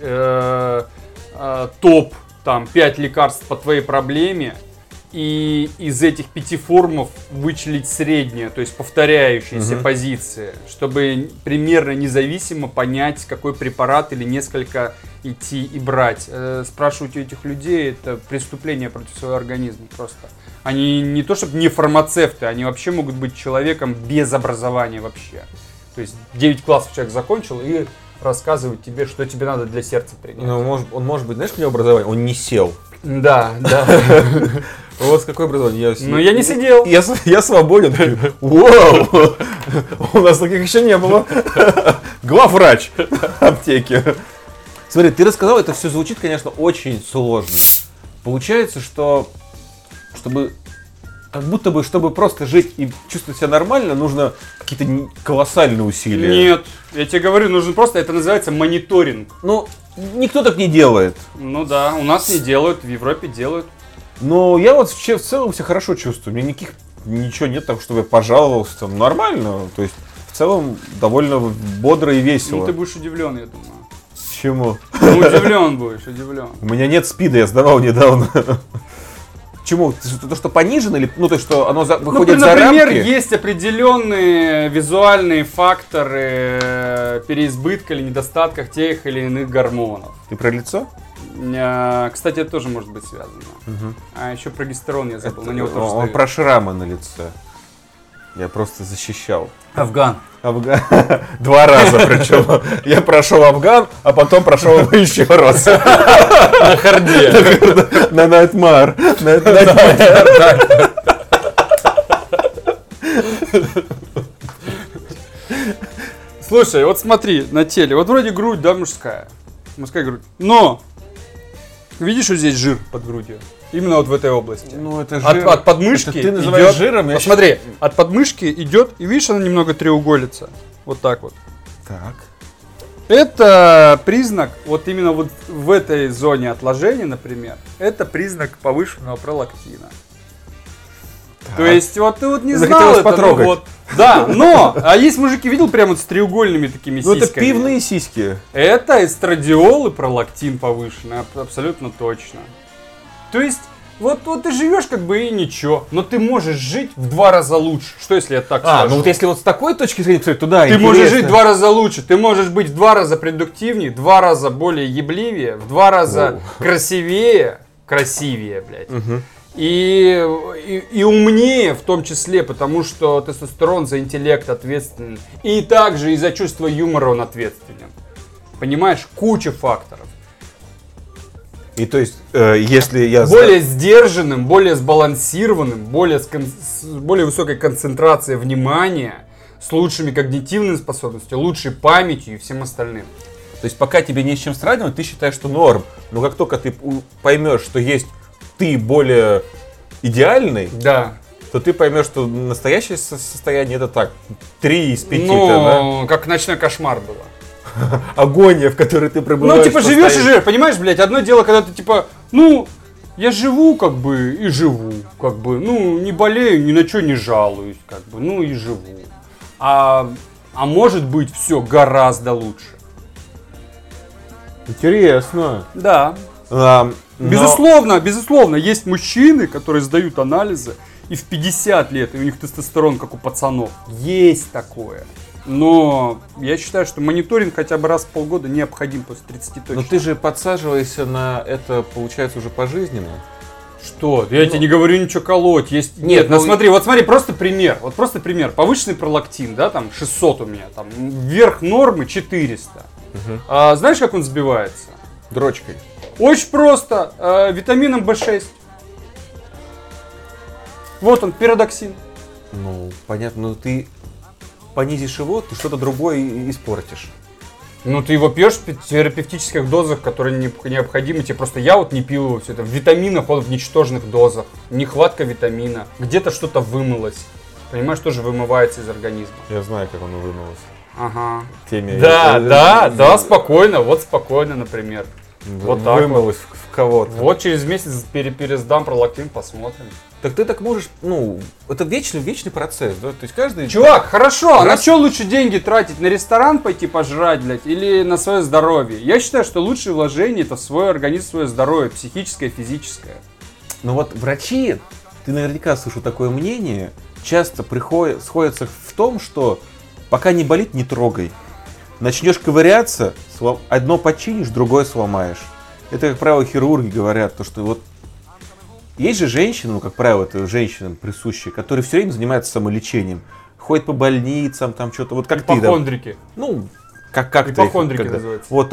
топ, там, 5 лекарств по твоей проблеме, и из этих 5 форумов вычислить среднее, то есть повторяющиеся позиции, чтобы примерно независимо понять, какой препарат или несколько идти и брать. Спрашивать у этих людей — это преступление против своего организма просто. Они не то чтобы не фармацевты, они вообще могут быть человеком без образования вообще. То есть 9 классов человек закончил и рассказывает тебе, что тебе надо для сердца принять. Ну, он может быть, знаешь, у него образование, он не сел. Да. У вас какое образование? Ну, я не сидел. Я свободен. Вау! У нас таких еще не было. Главврач аптеки. Смотри, ты рассказал, это все звучит, конечно, очень сложно. Получается, что чтобы как будто бы, чтобы просто жить и чувствовать себя нормально, нужно какие-то колоссальные усилия. Нет, я тебе говорю, нужно просто, это называется мониторинг. Ну, никто так не делает. Ну да, у нас не делают, в Европе делают. Но я вот в целом себя хорошо чувствую. У меня ничего нет, так чтобы я пожаловался. Там, нормально. То есть, в целом, довольно бодро и весело. Ну ты будешь удивлен, я думаю. Чему? Ну, удивлен будешь, удивлен. У меня нет спида, я сдавал недавно. Чему? То, что понижено? Или, ну, то, что оно выходит за рамки? Например, есть определенные визуальные факторы переизбытка или недостатков тех или иных гормонов. Ты про лицо? Кстати, это тоже может быть связано. А еще прогестерон я забыл, на него тоже Он про шрамы на лице. Я просто защищал. Афган. 2 раза причем. Я прошел Афган, а потом прошел его еще раз. На харде. На Найтмар. Слушай, вот смотри, на теле. Вот вроде грудь, да, мужская. Мужская грудь. Но! Видишь, вот здесь жир под грудью? Именно вот в этой области. Ну, это жир. От подмышки Это ты называешь идет, жиром? Посмотри, от подмышки идет, и видишь, она немного треуголится. Вот так вот. Так. Это признак, вот именно вот в этой зоне отложения, например, это признак повышенного пролактина. Так. То есть, вот ты вот не Захотелось знал это, потрогать. ну вот. Да, но, а есть мужики, видел прямо вот с треугольными такими Ну, сиськами? это пивные сиськи. Это эстрадиол и пролактин повышенный, абсолютно точно. То есть, вот ты живешь как бы и ничего, но ты можешь жить в 2 раза лучше. Что если я так скажу? Ну вот если вот с такой точки зрения посмотреть, то да, Ты можешь жить в 2 раза лучше, ты можешь быть в 2 раза продуктивнее, в 2 раза более ебливее, в 2 раза красивее, блядь. И умнее в том числе, потому что тестостерон за интеллект ответственен. И также и за чувство юмора он ответственен. Понимаешь, куча факторов. И то есть, если я... Более сдержанным, более сбалансированным, с более высокой концентрацией внимания, с лучшими когнитивными способностями, лучшей памятью и всем остальным. То есть, пока тебе не с чем сравнивать, ты считаешь, что норм. Но как только ты поймешь, что есть ты более идеальный, Да. то ты поймешь, что настоящее состояние это так, 3 из 5. Ну, как ночной кошмар было. Агония, в которой ты пребываешь. Ну, типа, живешь и живешь, понимаешь, блядь, одно дело, когда ты, типа, ну, я живу, как бы, и живу, как бы, ну, не болею, ни на что не жалуюсь, как бы, ну, и живу. А может быть, все гораздо лучше. Интересно. Да. Безусловно, есть мужчины, которые сдают анализы, и в 50 лет, и у них тестостерон, как у пацанов. Есть такое. Но я считаю, что мониторинг хотя бы раз в полгода необходим после 30 точно. Но ты же подсаживаешься на это, получается, уже пожизненно. Что? Я тебе не говорю ничего колоть. Есть... Нет, ну смотри, просто пример. Вот просто пример. Повышенный пролактин, да, там 600 у меня, там вверх нормы 400. А знаешь, как он сбивается? Дрочкой. Очень просто. Витамином В6. Вот он, пиродоксин. Ну, понятно, но ты понизишь его, ты что-то другое испортишь. Ну, ты его пьешь в терапевтических дозах, которые необходимы. Тебе просто я вот не пил его все это. В витаминах он в ничтожных дозах. Нехватка витамина. Где-то что-то вымылось. Понимаешь, тоже вымывается из организма. Я знаю, как оно вымылось. Ага. Теме. Да, спокойно. Вот спокойно, например. Вот так вымылось в кого-то. Вот через месяц пересдам пролактин, посмотрим. Так ты так можешь, ну, это вечный процесс, да? То есть каждый... Чувак, хорошо, а на что лучше деньги тратить? На ресторан пойти пожрать, блядь, или на свое здоровье? Я считаю, что лучшее вложение это в свой организм, свое здоровье, психическое, физическое. Но вот врачи, ты наверняка слышал такое мнение, часто сходятся в том, что пока не болит, не трогай. Начнешь ковыряться, одно починишь, другое сломаешь. Это, как правило, хирурги говорят, то, что вот есть же женщины, ну, как правило, это женщинам присущие, которые все время занимаются самолечением. Ходят по больницам, там что-то, вот как ты, да? Ипохондрики. Ну, как-то. Ипохондрики называются. Вот там,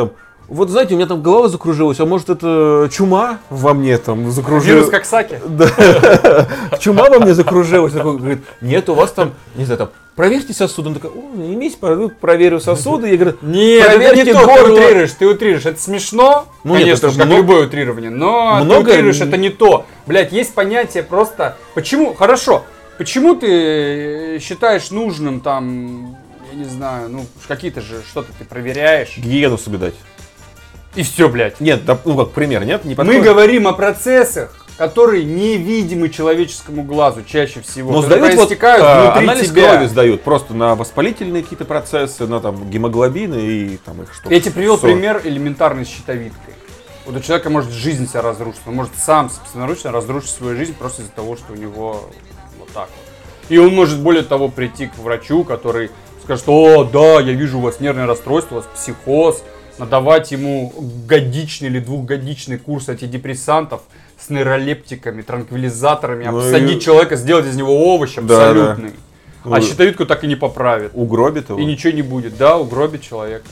вот знаете, у меня там голова закружилась, а может это чума во мне там закружилась. Вирус Коксаки? Да. Чума во мне закружилась. Такой, говорит, нет, у вас там, не знаю, там, проверьте сосуды. Он такой, имейте, проверю сосуды. Я говорю, нет, это не то, ты утрируешь. Это смешно, ну, конечно, нет, как любое утрирование, но много... ты утрируешь, это не то. Блядь, есть понятие просто... Почему, хорошо, почему ты считаешь нужным там, я не знаю, ну, какие-то же, что-то ты проверяешь? Гигиену соблюдать. И все, блядь. Нет, да, ну как пример, нет? Не мы говорим о процессах, которые невидимы человеческому глазу чаще всего. Но сдают внутри анализ тебя. крови сдают просто на воспалительные какие-то процессы, на там гемоглобины и там их что. Я тебе привел пример элементарной с щитовидкой. Вот у человека может жизнь себя разрушить, он может сам собственноручно разрушить свою жизнь просто из-за того, что у него вот так вот. И он может более того прийти к врачу, который скажет, о, да, я вижу у вас нервное расстройство, у вас психоз, надавать ему годичный или двухгодичный курс антидепрессантов с нейролептиками, транквилизаторами, посадить человека, сделать из него овощ абсолютный. Да. А щитовидку так и не поправит. Угробит его. И ничего не будет. Да, угробит человека.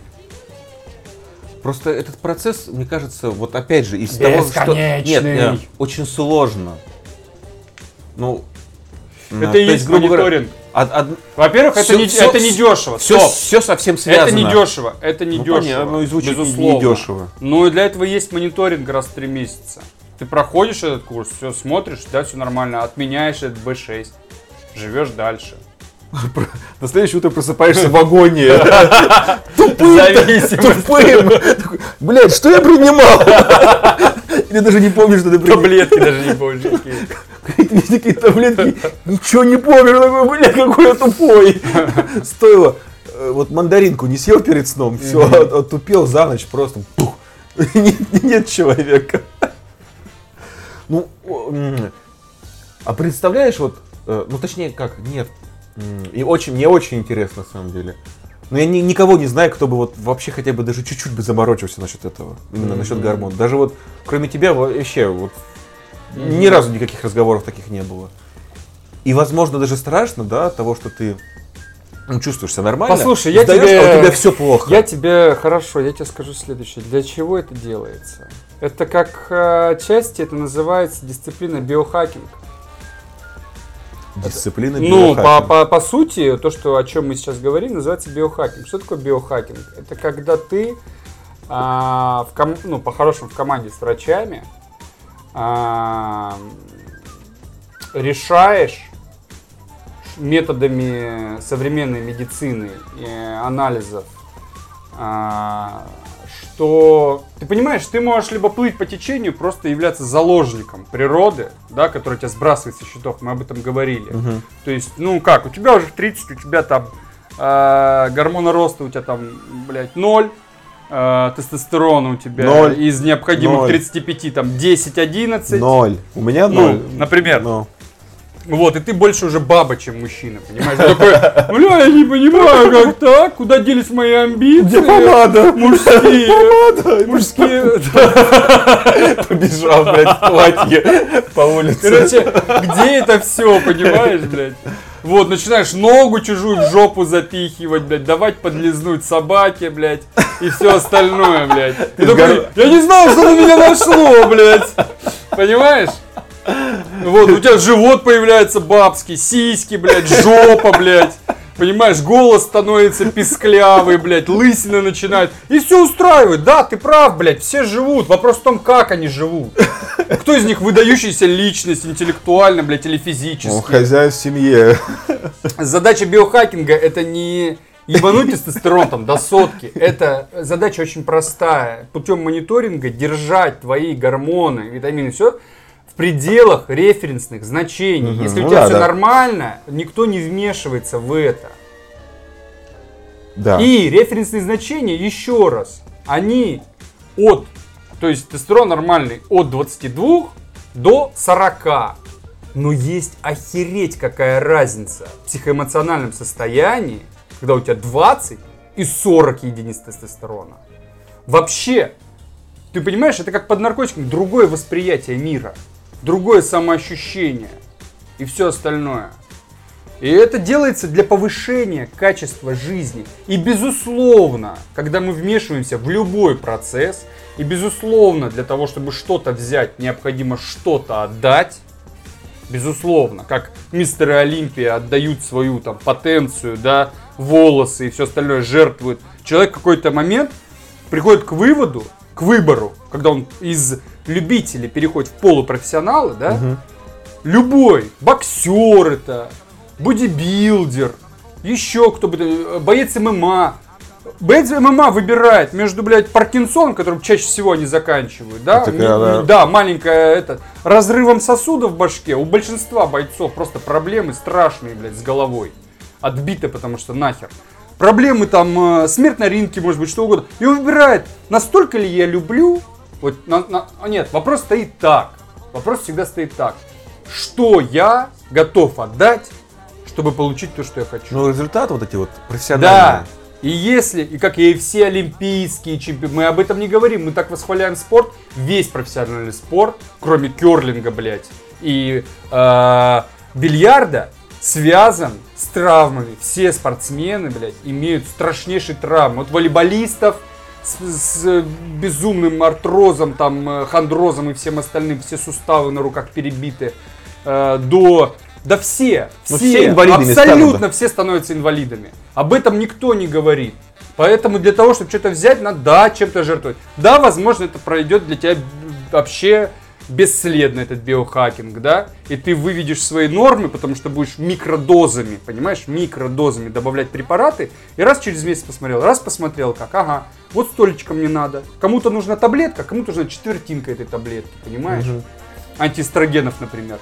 Просто этот процесс, мне кажется, вот опять же, из того, что... Нет, очень сложно. Ну, это и есть мониторинг. Во-первых, это не дешево. Все совсем связано. Это не дешево. Это не дешево. Понятно, и звучит безусловно. Не дешево. Но для этого есть мониторинг раз в 3 месяца. Ты проходишь этот курс, все смотришь, да, все нормально, отменяешь этот B6, живешь дальше. На следующее утро просыпаешься в агонии. Тупым. Блядь, что я принимал? Или даже не помнишь, что ты принимал. Таблетки даже не помнишь. Такие таблетки. Ничего не помню. Такой, блядь, какой я тупой. Стоило. Вот мандаринку не съел перед сном. Все, оттупел за ночь просто. Нет человека. Ну, а представляешь, вот, ну точнее как, нет. И мне очень интересно, на самом деле. Но я никого не знаю, кто бы вот вообще хотя бы даже чуть-чуть бы заморочился насчет этого. Именно насчет гормонов. Даже вот, кроме тебя, вообще, вот, ни разу никаких разговоров таких не было. И, возможно, даже страшно, да, от того, что ты чувствуешь себя нормально. Послушай, а у тебя все плохо. Я тебе скажу следующее. Для чего это делается? Это как отчасти это называется дисциплина биохакинг. Дисциплина биохакинг. Ну, по сути, то, о чем мы сейчас говорим, называется биохакинг. Что такое биохакинг? Это когда ты, по-хорошему, в команде с врачами решаешь методами современной медицины и анализов, что ты понимаешь, ты можешь либо плыть по течению, просто являться заложником природы, да, которая тебя сбрасывает со счетов, мы об этом говорили. То есть, ну как, у тебя уже в 30, у тебя там гормона роста, у тебя там, блядь, 0, тестостерона у тебя 0. из необходимых 0. 35, там, 10-11. 0. У меня 0. Ну, например. 0. Вот, и ты больше уже баба, чем мужчина, понимаешь? Ты такой, бля, я не понимаю, как так? Куда делись мои амбиции? Где помада? Мужские. Помада. Мужские. Побежал, блядь, в платье по улице. Короче, где это все, понимаешь, блядь? Вот, начинаешь ногу чужую в жопу запихивать, блядь, давать подлизнуть собаке, блядь, и все остальное, блядь. Ты такой, я не знал, что на меня нашло, блядь. Понимаешь? Вот, у тебя живот появляется бабский, сиськи, блядь, жопа, блядь. Понимаешь, голос становится писклявый, блядь, лысина начинает. И все устраивает. Да, ты прав, блядь, все живут. Вопрос в том, как они живут. Кто из них выдающаяся личность интеллектуально, блядь, или физически? Он хозяин в семье. Задача биохакинга это не ебануть тестостерон там до сотки. Это задача очень простая. Путем мониторинга держать твои гормоны, витамины, все в пределах референсных значений. Если у тебя все нормально, никто не вмешивается в это. Да. И референсные значения, еще раз, они то есть тестостерон нормальный от 22 до 40. Но есть охереть какая разница в психоэмоциональном состоянии, когда у тебя 20 и 40 единиц тестостерона. Вообще, ты понимаешь, это как под наркотиком, другое восприятие мира, другое самоощущение и все остальное. И это делается для повышения качества жизни. И безусловно, когда мы вмешиваемся в любой процесс, и безусловно, для того, чтобы что-то взять, необходимо что-то отдать. Безусловно, как мистеры Олимпия отдают свою там потенцию, да, волосы и все остальное, жертвуют. Человек в какой-то момент приходит к выбору, когда он из любителей переходит в полупрофессионалы, да, любой, боксер это, бодибилдер, еще кто бы, боец ММА. Боец ММА выбирает между, блядь, Паркинсон, которым чаще всего они заканчивают, да? Да, маленькая, разрывом сосудов в башке. У большинства бойцов просто проблемы страшные, блядь, с головой. Отбиты, потому что нахер. Проблемы там, смерть на ринге, может быть, что угодно. И он выбирает, настолько ли я люблю. Вот, нет, вопрос стоит так. Вопрос всегда стоит так. Что я готов отдать, чтобы получить то, что я хочу. Ну, результат вот эти вот профессиональные. Да. И если, и как и все олимпийские чемпионы, мы об этом не говорим, мы так восхваляем спорт, весь профессиональный спорт, кроме керлинга, блядь, и бильярда, связан с травмами. Все спортсмены, блядь, имеют страшнейшие травмы. Вот волейболистов с безумным артрозом, там, хондрозом и всем остальным, все суставы на руках перебиты, да все абсолютно станут, да. Все становятся инвалидами. Об этом никто не говорит. Поэтому для того, чтобы что-то взять, надо, да, чем-то жертвовать. Да, возможно, это пройдет для тебя вообще бесследно, этот биохакинг, да, и ты выведешь свои нормы, потому что будешь микродозами, понимаешь, микродозами добавлять препараты, и раз через месяц посмотрел, как, ага, вот столечко мне надо, кому-то нужна таблетка, кому-то нужна четвертинка этой таблетки, понимаешь, антиэстрогенов, например.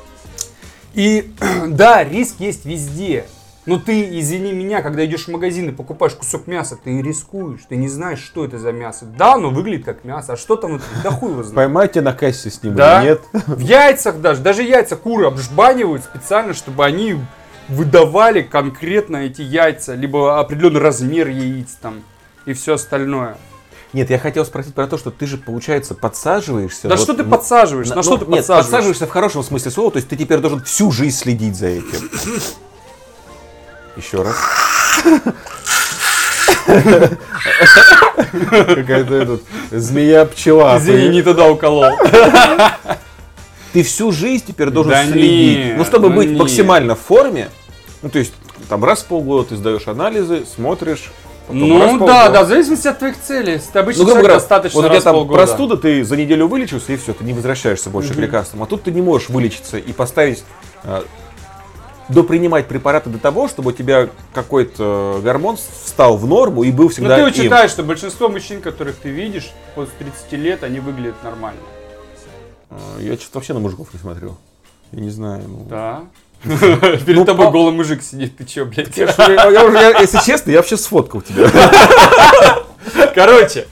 И да, риск есть везде. Но ты, извини меня, когда идешь в магазин и покупаешь кусок мяса, ты рискуешь, ты не знаешь, что это за мясо. Да, оно выглядит как мясо, а что там внутри, да хуй его знает. Поймайте на кассе с ним да? или нет. В яйцах даже яйца куры обжбанивают специально, чтобы они выдавали конкретно эти яйца, либо определенный размер яиц там и все остальное. Нет, я хотел спросить про то, что ты же, получается, подсаживаешься. Да вот, что ты подсаживаешь? На что ты подсаживаешь? Нет, подсаживаешься в хорошем смысле слова, то есть ты теперь должен всю жизнь следить за этим. Еще раз. Какая-то змея-пчела. Извини, не туда уколол. Ты всю жизнь теперь должен следить. Ну, чтобы быть максимально в форме, ну, то есть, там, раз в полгода ты сдаешь анализы, смотришь. Ну да, в зависимости от твоих целей. Если ты обычно человек, достаточно вот раз в полгода. Вот у тебя там простуда, ты за неделю вылечился, и все, ты не возвращаешься больше к лекарствам. А тут ты не можешь вылечиться и поставить, допринимать препараты до того, чтобы у тебя какой-то гормон встал в норму и был всегда им. Но ты учитаешь, что большинство мужчин, которых ты видишь, после 30 лет, они выглядят нормально. Я что-то вообще на мужиков не смотрел. Я не знаю. Да. Перед тобой голый мужик сидит, ты че, блядь? Если честно, я вообще сфоткал тебя. Короче,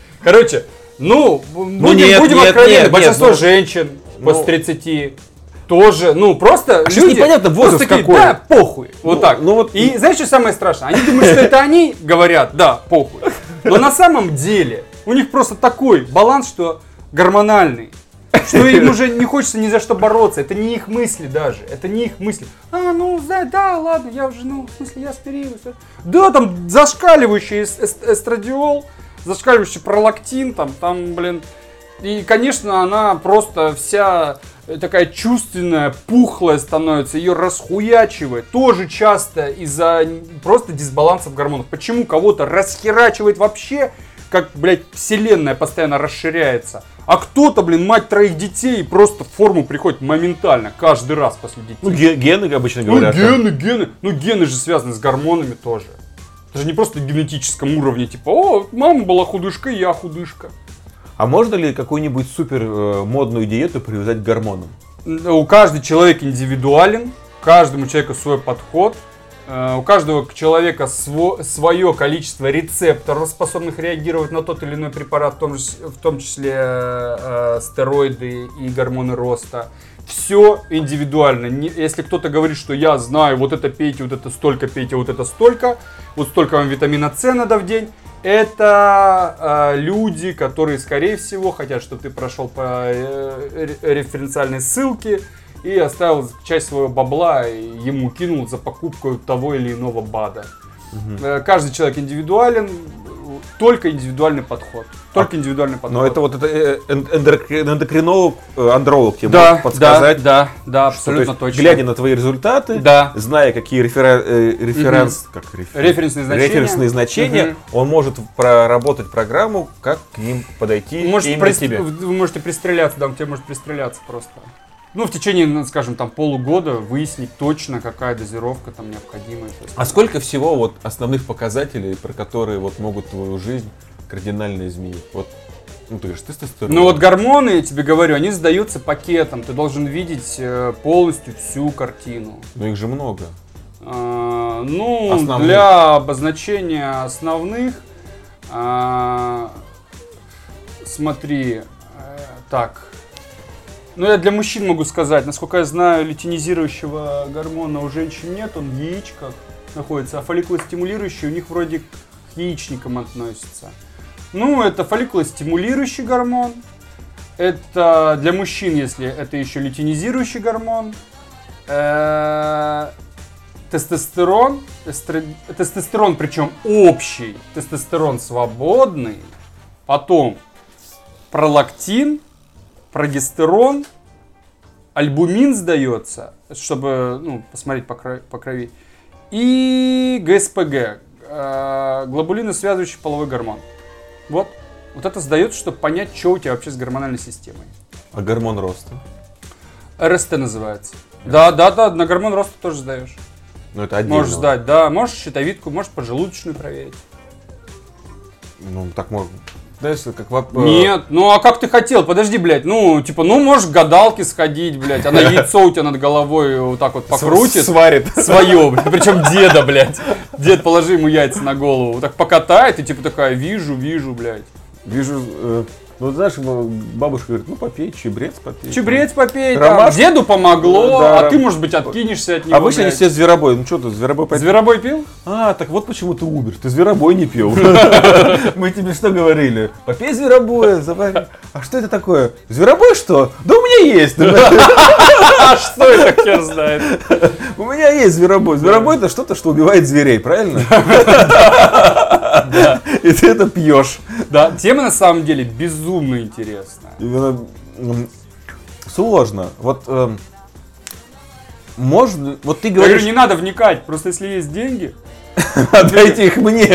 будем откровенны, большинство женщин после 30 тоже, просто люди... непонятно, возраст какой. Да, похуй, вот так. И знаешь, что самое страшное? Они думают, что это они говорят, да, похуй. Но на самом деле у них просто такой баланс, что гормональный. Что им уже не хочется ни за что бороться. Это не их мысли даже. Это не их мысли. Да, ладно, я уже, в смысле, я смирилась. Да, там зашкаливающий эстрадиол, зашкаливающий пролактин, там, блин. И, конечно, она просто вся такая чувственная, пухлая становится, ее расхуячивает. Тоже часто из-за просто дисбалансов гормонов. Почему кого-то расхерачивает вообще, как, блядь, вселенная постоянно расширяется. А кто-то, мать 3 детей, просто в форму приходит моментально, каждый раз после детей. Гены обычно говорят. Гены же связаны с гормонами тоже. Это же не просто на генетическом уровне, типа, мама была худышка, я худышка. А можно ли какую-нибудь супер модную диету привязать к гормонам? У каждого человек индивидуален, каждому человеку свой подход. У каждого человека свое количество рецепторов, способных реагировать на тот или иной препарат, в том числе стероиды и гормоны роста. Все индивидуально. Если кто-то говорит, что я знаю, вот это пейте, вот это столько пейте, вот это столько, вот столько вам витамина С надо в день, это люди, которые, скорее всего, хотят, чтобы ты прошел по референциальной ссылке и оставил часть своего бабла и ему кинул за покупку того или иного БАДа. Каждый человек индивидуален, только индивидуальный подход. Только индивидуальный подход. Но это вот эндокринолог, андролог тебе да, может подсказать. Да, абсолютно точно. Глядя на твои результаты, зная, какие референсные значения, он может проработать программу, как к ним подойти именно тебе. Вы можете пристреляться, да, он тебе может пристреляться просто. Ну, в течение, скажем, там полугода выяснить точно, какая дозировка там необходима. А сколько всего вот основных показателей, про которые вот могут твою жизнь кардинально изменить? Вот, ну, ты говоришь, тестостерон. Ну, вот гормоны, я тебе говорю, они сдаются пакетом. Ты должен видеть полностью всю картину. Но их же много. Основных. Для обозначения основных, смотри, так... Ну, я для мужчин могу сказать, насколько я знаю, лютеинизирующего гормона у женщин нет, он в яичках находится, а фолликулостимулирующий у них вроде к яичникам относится. Ну, это фолликулостимулирующий гормон, это для мужчин, если это еще лютеинизирующий гормон, тестостерон, тестостерон причем общий, тестостерон свободный, потом пролактин, прогестерон, альбумин сдается, чтобы посмотреть по крови, и ГСПГ, глобулино-связывающий половой гормон. Вот это сдается, чтобы понять, что у тебя вообще с гормональной системой. А гормон роста? РСТ называется. Да, на гормон роста тоже сдаешь. Ну это отдельно. Можешь сдать, да, можешь щитовидку, можешь поджелудочную проверить. Ну так можно. Как Нет, ну а как ты хотел? Подожди, блядь, можешь к гадалке сходить, блядь, она яйцо у тебя над головой вот так вот покрутит. Сварит. Свое, блядь, причем деда, блядь. Дед, положи ему яйца на голову, вот так покатает, и типа такая, вижу, блядь. Вижу, знаешь, бабушка говорит, попей, чебрец попей. Чебрец попей, там, деду помогло, а ты, может быть, откинешься от него. Обычно они все зверобой, ну что ты, зверобой попил? Зверобой пил? Так вот почему ты умер, ты зверобой не пил. Мы тебе что говорили? Попей зверобоя, завари. А что это такое? Зверобой что? Да у меня есть. А что это, хер знает? У меня есть зверобой. Зверобой это что-то, что убивает зверей, правильно? И ты это пьешь. Да, тема на самом деле безумно интересная. Сложно. Вот можно, вот ты Я говоришь... говорю, не надо вникать, просто если есть деньги... Отдайте их мне,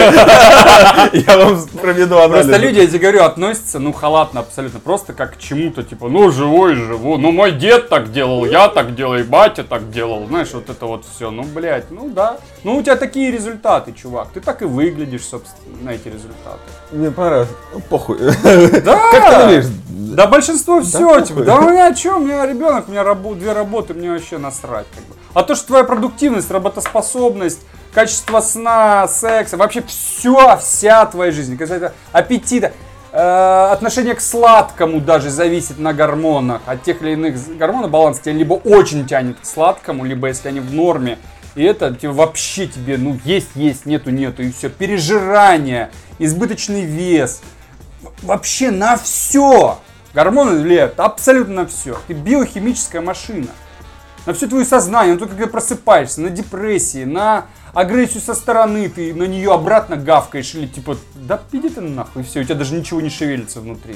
я вам проведу анализ. Просто люди, я тебе говорю, относятся, халатно абсолютно, просто как к чему-то, типа, живу, мой дед так делал, я так делаю, батя так делал, знаешь, вот это вот все, блядь, да. У тебя такие результаты, чувак, ты так и выглядишь, собственно, на эти результаты. Мне пора, похуй. Да, как ты говоришь? Да большинство все, типа, да у меня что, у меня ребенок, у меня 2 работы, мне вообще насрать, как бы. А то, что твоя продуктивность, работоспособность, качество сна, секса, вообще вся твоя жизнь, касается аппетита, отношение к сладкому даже зависит на гормонах. От тех или иных гормонов баланс тебя либо очень тянет к сладкому, либо если они в норме, и это вообще тебе, есть, нету, и все. Пережирание, избыточный вес, вообще на все. Гормоны влияют абсолютно на все. Ты биохимическая машина. На все твое сознание, на то, как ты просыпаешься, на депрессии, на агрессию со стороны, ты на нее обратно гавкаешь или типа, да иди ты нахуй, все, у тебя даже ничего не шевелится внутри.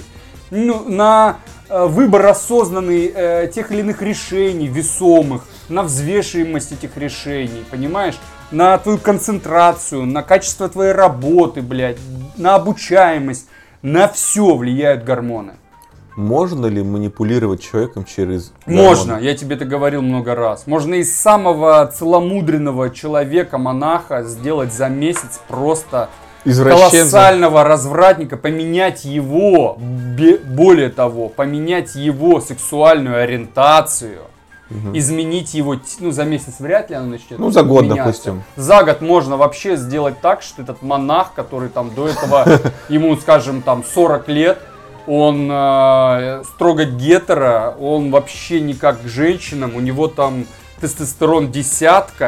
На выбор осознанный тех или иных решений, весомых, на взвешиваемость этих решений, понимаешь? На твою концентрацию, на качество твоей работы, блядь, на обучаемость, на все влияют гормоны. Можно ли манипулировать человеком через гормоны? Можно, я тебе это говорил много раз. Можно из самого целомудренного человека, монаха, сделать за месяц просто колоссального развратника, поменять его, более того, поменять его сексуальную ориентацию, изменить его, за месяц вряд ли оно начнет. За год, допустим. За год можно вообще сделать так, что этот монах, который там до этого, ему, скажем, 40 лет, он строго гетеро, он вообще никак к женщинам, у него там тестостерон 10,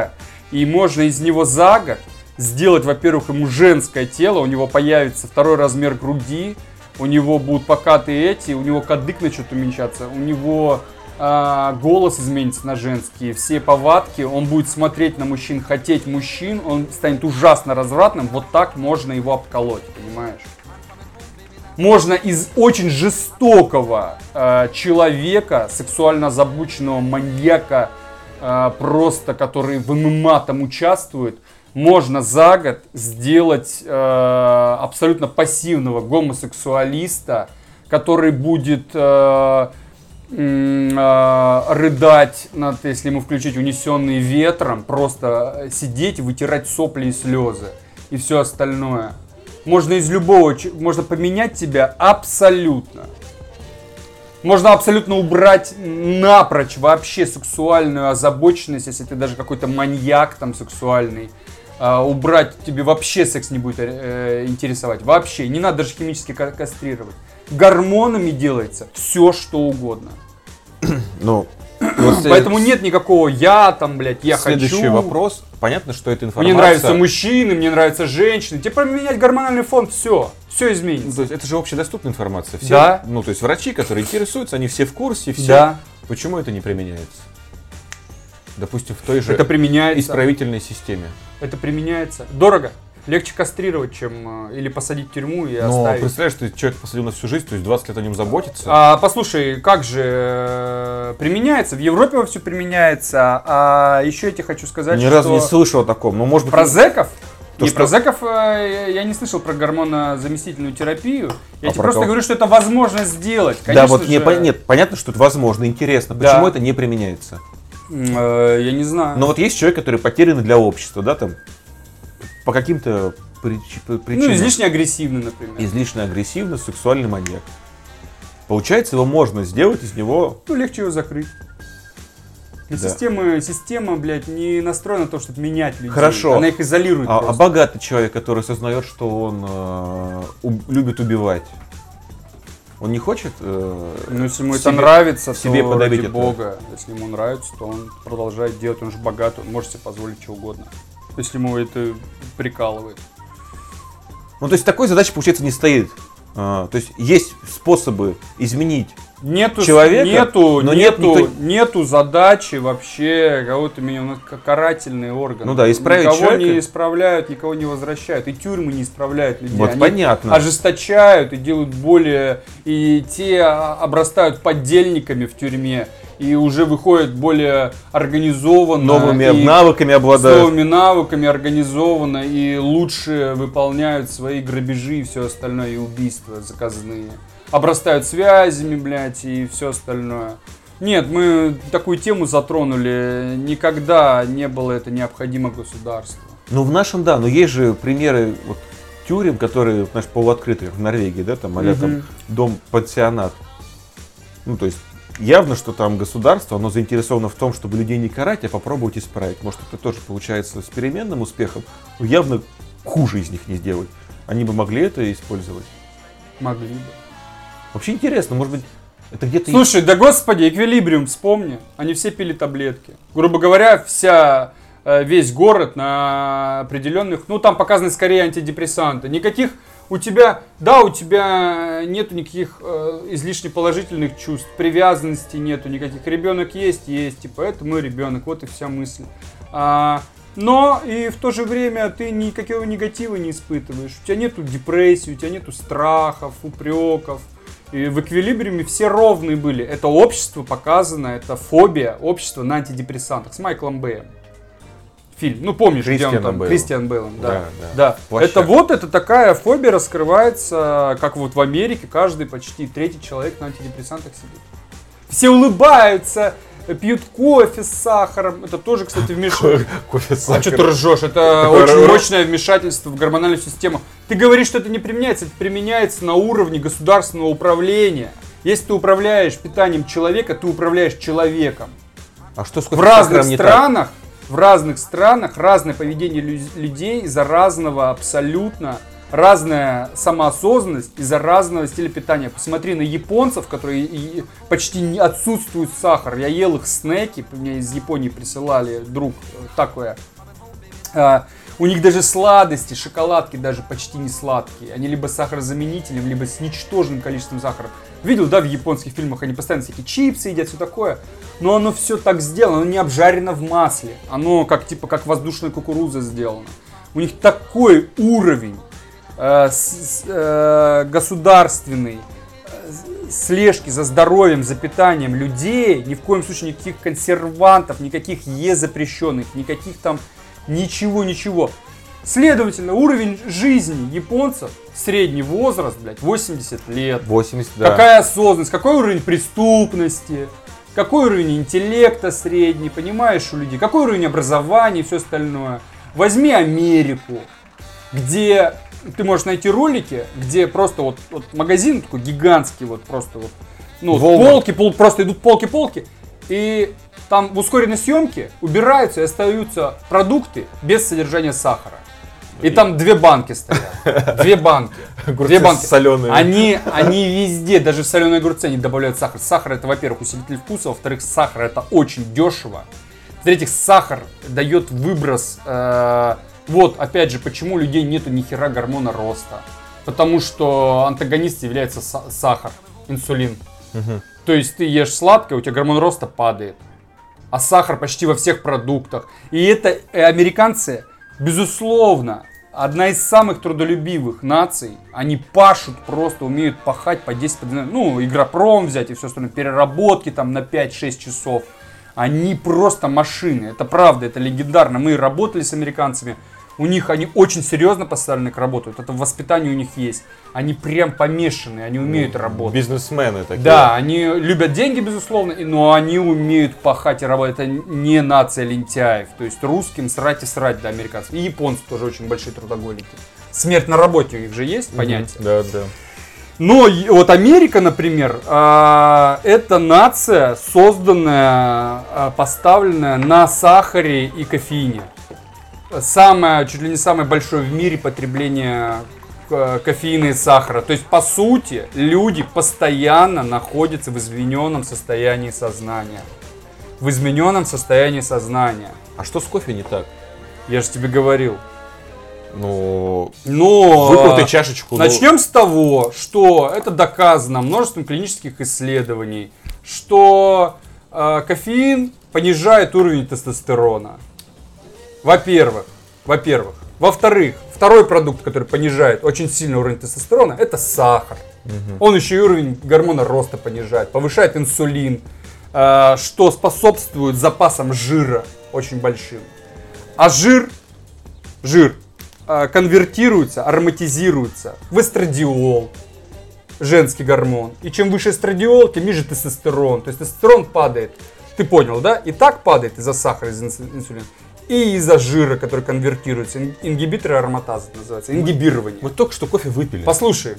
и можно из него за год сделать, во-первых, ему женское тело, у него появится 2 размер груди, у него будут покатые у него кадык начнет уменьшаться, у него голос изменится на женский, все повадки, он будет смотреть на мужчин, хотеть мужчин, он станет ужасно развратным, вот так можно его обколоть, понимаешь? Можно из очень жестокого человека, сексуально озабоченного маньяка, просто который в ММА там участвует, можно за год сделать абсолютно пассивного гомосексуалиста, который будет рыдать, если ему включить «Унесенные ветром», просто сидеть, вытирать сопли и слезы и все остальное. Можно из любого, можно поменять тебя абсолютно. Можно абсолютно убрать напрочь вообще сексуальную озабоченность, если ты даже какой-то маньяк там сексуальный. Убрать, тебе вообще секс не будет интересовать. Вообще, не надо даже химически кастрировать. Гормонами делается все, что угодно. Ну, поэтому нет никакого «я там, блядь, я следующий хочу». Следующий вопрос. Понятно, что эта информация... Мне нравятся мужчины, мне нравятся женщины. Тебе поменять гормональный фон, все изменится. Ну, то есть это же общедоступная информация. Все, да. Ну, то есть врачи, которые интересуются, они все в курсе, все. Да. Почему это не применяется? Допустим, в той же это применяется. исправительной системе. Это применяется. Дорого. Легче кастрировать, чем или посадить в тюрьму и оставить. Но представляешь, ты человек посадил на всю жизнь, то есть 20 лет о нем заботиться. Послушай, как же применяется? В Европе все применяется. А еще я тебе хочу сказать, Ни разу не слышал о таком. Но, может быть, про зэков? То, про зэков я не слышал про гормонозаместительную терапию. Я тебе просто кого? говорю, что это возможно сделать. Конечно да, вот нет, понятно, что это возможно, интересно. Да. Почему это не применяется? Я не знаю. Но вот есть человек, который потерянный для общества, да, там, по каким-то причинам. Ну, излишне агрессивный, например. Излишне агрессивный, сексуальный маньяк. Получается, его можно сделать из него... Ну, легче его закрыть. Да. Система, блядь, не настроена на то, чтобы менять людей. Хорошо. Она их изолирует А просто. богатый человек, который осознает, что он любит убивать, он не хочет если ему это нравится, себе то подавить ради это. Бога. Если ему нравится, то он продолжает делать, он же богат, он может себе позволить что угодно. Если ему это прикалывает. Ну, то есть такой задачи, получается, не стоит. То есть способы изменить человека, нету задачи вообще кого-то менять. У нас карательные органы. Ну да, исправить никого человека. не исправляют, никого не возвращают. И тюрьмы не исправляют людей. Вот они понятно. ожесточают и делают более... И те обрастают поддельниками в тюрьме. И уже выходят более организованно. Новыми навыками обладают. С новыми навыками организованно. И лучше выполняют свои грабежи и все остальное. И убийства заказные. Обрастают связями, блядь, и все остальное. Нет, мы такую тему затронули. Никогда не было это необходимо государству. Ну, в нашем, да. Но есть же примеры вот, тюрем, которые, знаешь, полуоткрытые, как в Норвегии, да, там, а-ля там дом-пансионат. Ну, то есть, явно, что там государство, оно заинтересовано в том, чтобы людей не карать, а попробовать исправить. Может, это тоже получается с переменным успехом, но явно хуже из них не сделать. Они бы могли это использовать? Могли бы. Вообще интересно, может быть, это где-то... Слушай, да господи, эквилибриум вспомни. Они все пили таблетки. Грубо говоря, весь город на определенных... Ну, там показаны скорее антидепрессанты. Никаких у тебя нету никаких излишне положительных чувств, привязанности нету никаких. Ребенок есть, типа, это мой ребенок, вот и вся мысль. Но и в то же время ты никакого негатива не испытываешь. У тебя нету депрессии, у тебя нету страхов, упреков. И в эквилибриуме все ровные были. Это общество показано, это фобия общества на антидепрессантах с Майклом Бэем. Фильм. Ну, помнишь, где он там? Кристиан Бейл. Да. Это такая фобия раскрывается, как вот в Америке каждый почти третий человек на антидепрессантах сидит. Все улыбаются, пьют кофе с сахаром. Это тоже, кстати, вмешивается. Кофе с сахаром. А что ты ржешь? Это очень мощное вмешательство в гормональную систему. Ты говоришь, что это не применяется. Это применяется на уровне государственного управления. Если ты управляешь питанием человека, ты управляешь человеком. А что с в разных странах разное поведение людей из-за разного абсолютно, разная самоосознанность из-за разного стиля питания. Посмотри на японцев, которые почти не отсутствует сахар. Я ел их снеки, мне из Японии присылали друг такое. У них даже сладости, шоколадки даже почти не сладкие. Они либо с сахарозаменителем, либо с ничтожным количеством сахара. Видел, да, в японских фильмах они постоянно всякие чипсы едят, все такое. Но оно все так сделано, оно не обжарено в масле. Оно как типа как воздушная кукуруза сделано. У них такой уровень государственный, слежки за здоровьем, за питанием людей, ни в коем случае никаких консервантов, никаких запрещенных, никаких там ничего. Следовательно, уровень жизни японцев, средний возраст, блядь, 80 лет. 80, да. Какая осознанность, какой уровень преступности, какой уровень интеллекта средний, понимаешь, у людей, какой уровень образования и все остальное. Возьми Америку, где ты можешь найти ролики, где просто вот магазин такой гигантский, вот просто вот, ну, полки, просто идут полки, и там в ускоренной съемке убираются и остаются продукты без содержания сахара. И там 2 банки стоят. 2 банки. Огурцы 2 банки. Соленые. Они везде, даже в соленые огурцы они добавляют сахар. Сахар это, во-первых, усилитель вкуса, во-вторых, сахар это очень дешево. В-третьих, сахар дает выброс. Вот, опять же, почему у людей нету ни хера гормона роста. Потому что антагонист является сахар, инсулин. Угу. То есть ты ешь сладкое, у тебя гормон роста падает. А сахар почти во всех продуктах. И это американцы, безусловно, одна из самых трудолюбивых наций. Они пашут, просто умеют пахать по 10, по 12, ну, Игропром взять и все остальное, переработки там на 5-6 часов. Они просто машины, это правда, это легендарно. Мы работали с американцами, у них они очень серьезно поставлены к работать, это воспитание у них есть. Они прям помешаны, они умеют работать. Бизнесмены такие. Да, они любят деньги, безусловно, но они умеют пахать и работать. Это не нация лентяев. То есть русским срать и срать, да, американцев. И японцы тоже очень большие трудоголики. Смерть на работе у них же есть понятие. Да. Но вот Америка, например, это нация, созданная, поставленная на сахаре и кофеине. Чуть ли не самое большое в мире потребление кофеина и сахара. То есть, по сути, люди постоянно находятся в измененном состоянии сознания. В измененном состоянии сознания. А что с кофе не так? Я же тебе говорил. Но Но выпил ты чашечку. начнем с того, что это доказано множеством клинических исследований, что кофеин понижает уровень тестостерона. Во-первых. Во-вторых, второй продукт, который понижает очень сильно уровень тестостерона, это сахар. Он еще и уровень гормона роста понижает, повышает инсулин, что способствует запасам жира очень большим. А жир конвертируется, ароматизируется в эстрадиол, женский гормон. И чем выше эстрадиол, тем ниже тестостерон. То есть тестостерон падает. Ты понял, да? И так падает из-за сахара, из-за инсулина. И из-за жира, который конвертируется. Ингибиторы ароматазы называется. Ингибирование. Мы только что кофе выпили. Послушай.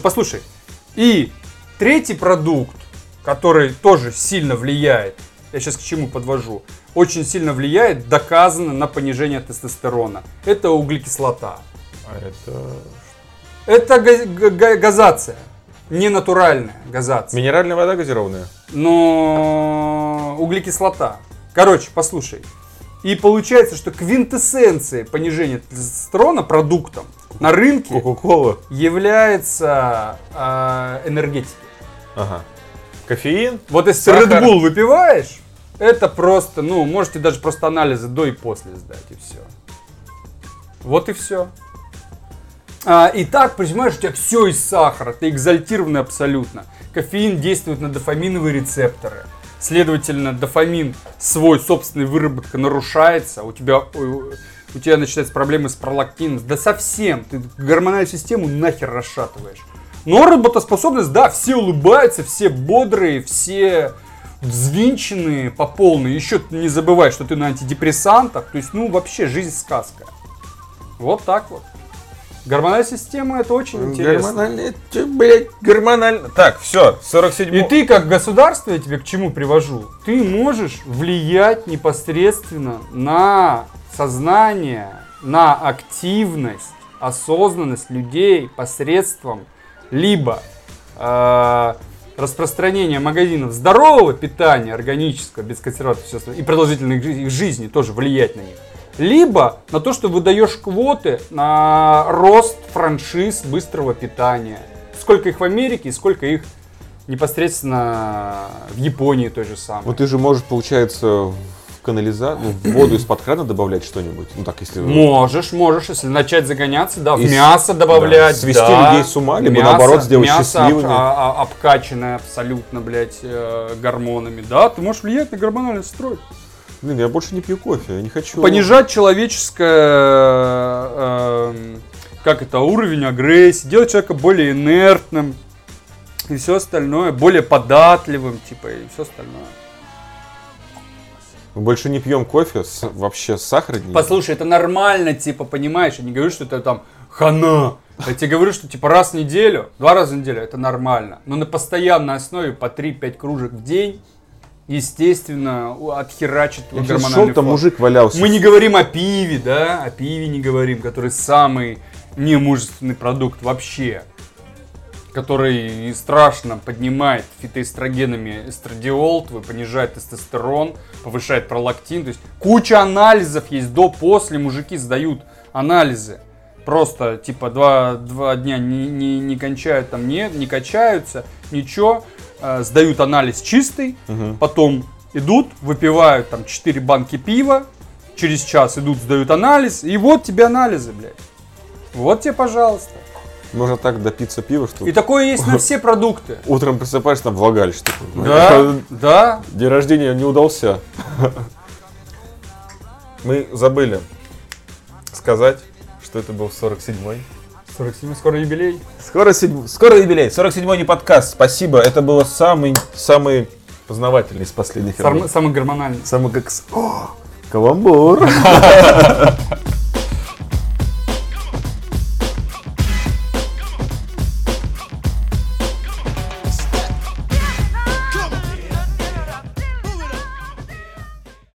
И третий продукт, который тоже сильно влияет, я сейчас к чему подвожу, очень сильно влияет, доказано, на понижение тестостерона. Это углекислота. Это газация. Не натуральная газация. Минеральная вода газированная? Но углекислота. Короче, послушай. И получается, что квинтэссенцией понижения тестостерона продуктом на рынке Кока-кола является энергетики. Ага. Кофеин? Вот если ты Red Bull выпиваешь, это просто, можете даже просто анализы до и после сдать, и все. Вот и все. И так, понимаешь, у тебя все из сахара, ты экзальтированный абсолютно. Кофеин действует на дофаминовые рецепторы. Следовательно, дофамин свой собственной выработка нарушается, у тебя начинаются проблемы с пролактином. Да совсем, ты гормональную систему нахер расшатываешь. Но работоспособность, да, все улыбаются, все бодрые, все взвинченные по полной. Еще не забывай, что ты на антидепрессантах. То есть, вообще, жизнь сказка. Вот так вот. Гормональная система, это очень интересно. Гормональная. Так, все, 47. И ты, как государство, я тебе к чему привожу? Ты можешь влиять непосредственно на сознание, на активность, осознанность людей посредством либо распространения магазинов здорового питания, органического, без консервантов и продолжительной их жизни, тоже влиять на них. либо на то, что выдаешь квоты на рост франшиз быстрого питания. Сколько их в Америке и сколько их непосредственно в Японии той же самой. Вот ты же можешь, получается, в воду из-под крана добавлять что-нибудь. Ну так, если... Можешь, если начать загоняться, да, в мясо добавлять, свести людей с ума, либо наоборот сделать счастливыми. Мясо обкачанное абсолютно, блядь, гормонами, да, ты можешь влиять на гормональный строй. Блин, я больше не пью кофе, я не хочу. Понижать человеческое, уровень агрессии, делать человека более инертным и все остальное, более податливым, типа, и все остальное. Мы больше не пьем кофе, вообще сахар не. Послушай, это нормально, типа, понимаешь, я не говорю, что это там хана. Я тебе говорю, что типа раз в неделю, 2 раза в неделю, это нормально. Но на постоянной основе по 3-5 кружек в день, естественно, отхерачит твой гормональный фон. Там мужик валялся. Мы не говорим о пиве, да, о пиве не говорим, который самый немужественный продукт вообще. Который страшно поднимает фитоэстрогенами эстрадиол, твой понижает тестостерон, повышает пролактин. То есть куча анализов есть до-после, мужики сдают анализы. Просто типа 2 дня не кончают, там не качаются, ничего. Сдают анализ чистый, потом идут, выпивают там 4 банки пива, через час идут, сдают анализ, и вот тебе анализы, блядь. Вот тебе, пожалуйста. Можно так допиться пива, что... И такое есть на все продукты. Утром просыпаешься, там влагалище такое. Да. День рождения не удался. Мы забыли сказать, что это был 47-й. 47-й, скоро юбилей. Скоро юбилей. 47-й не подкаст. Спасибо. Это было самый познавательный из последних. Самый гормональный. Самый как... Каламбур.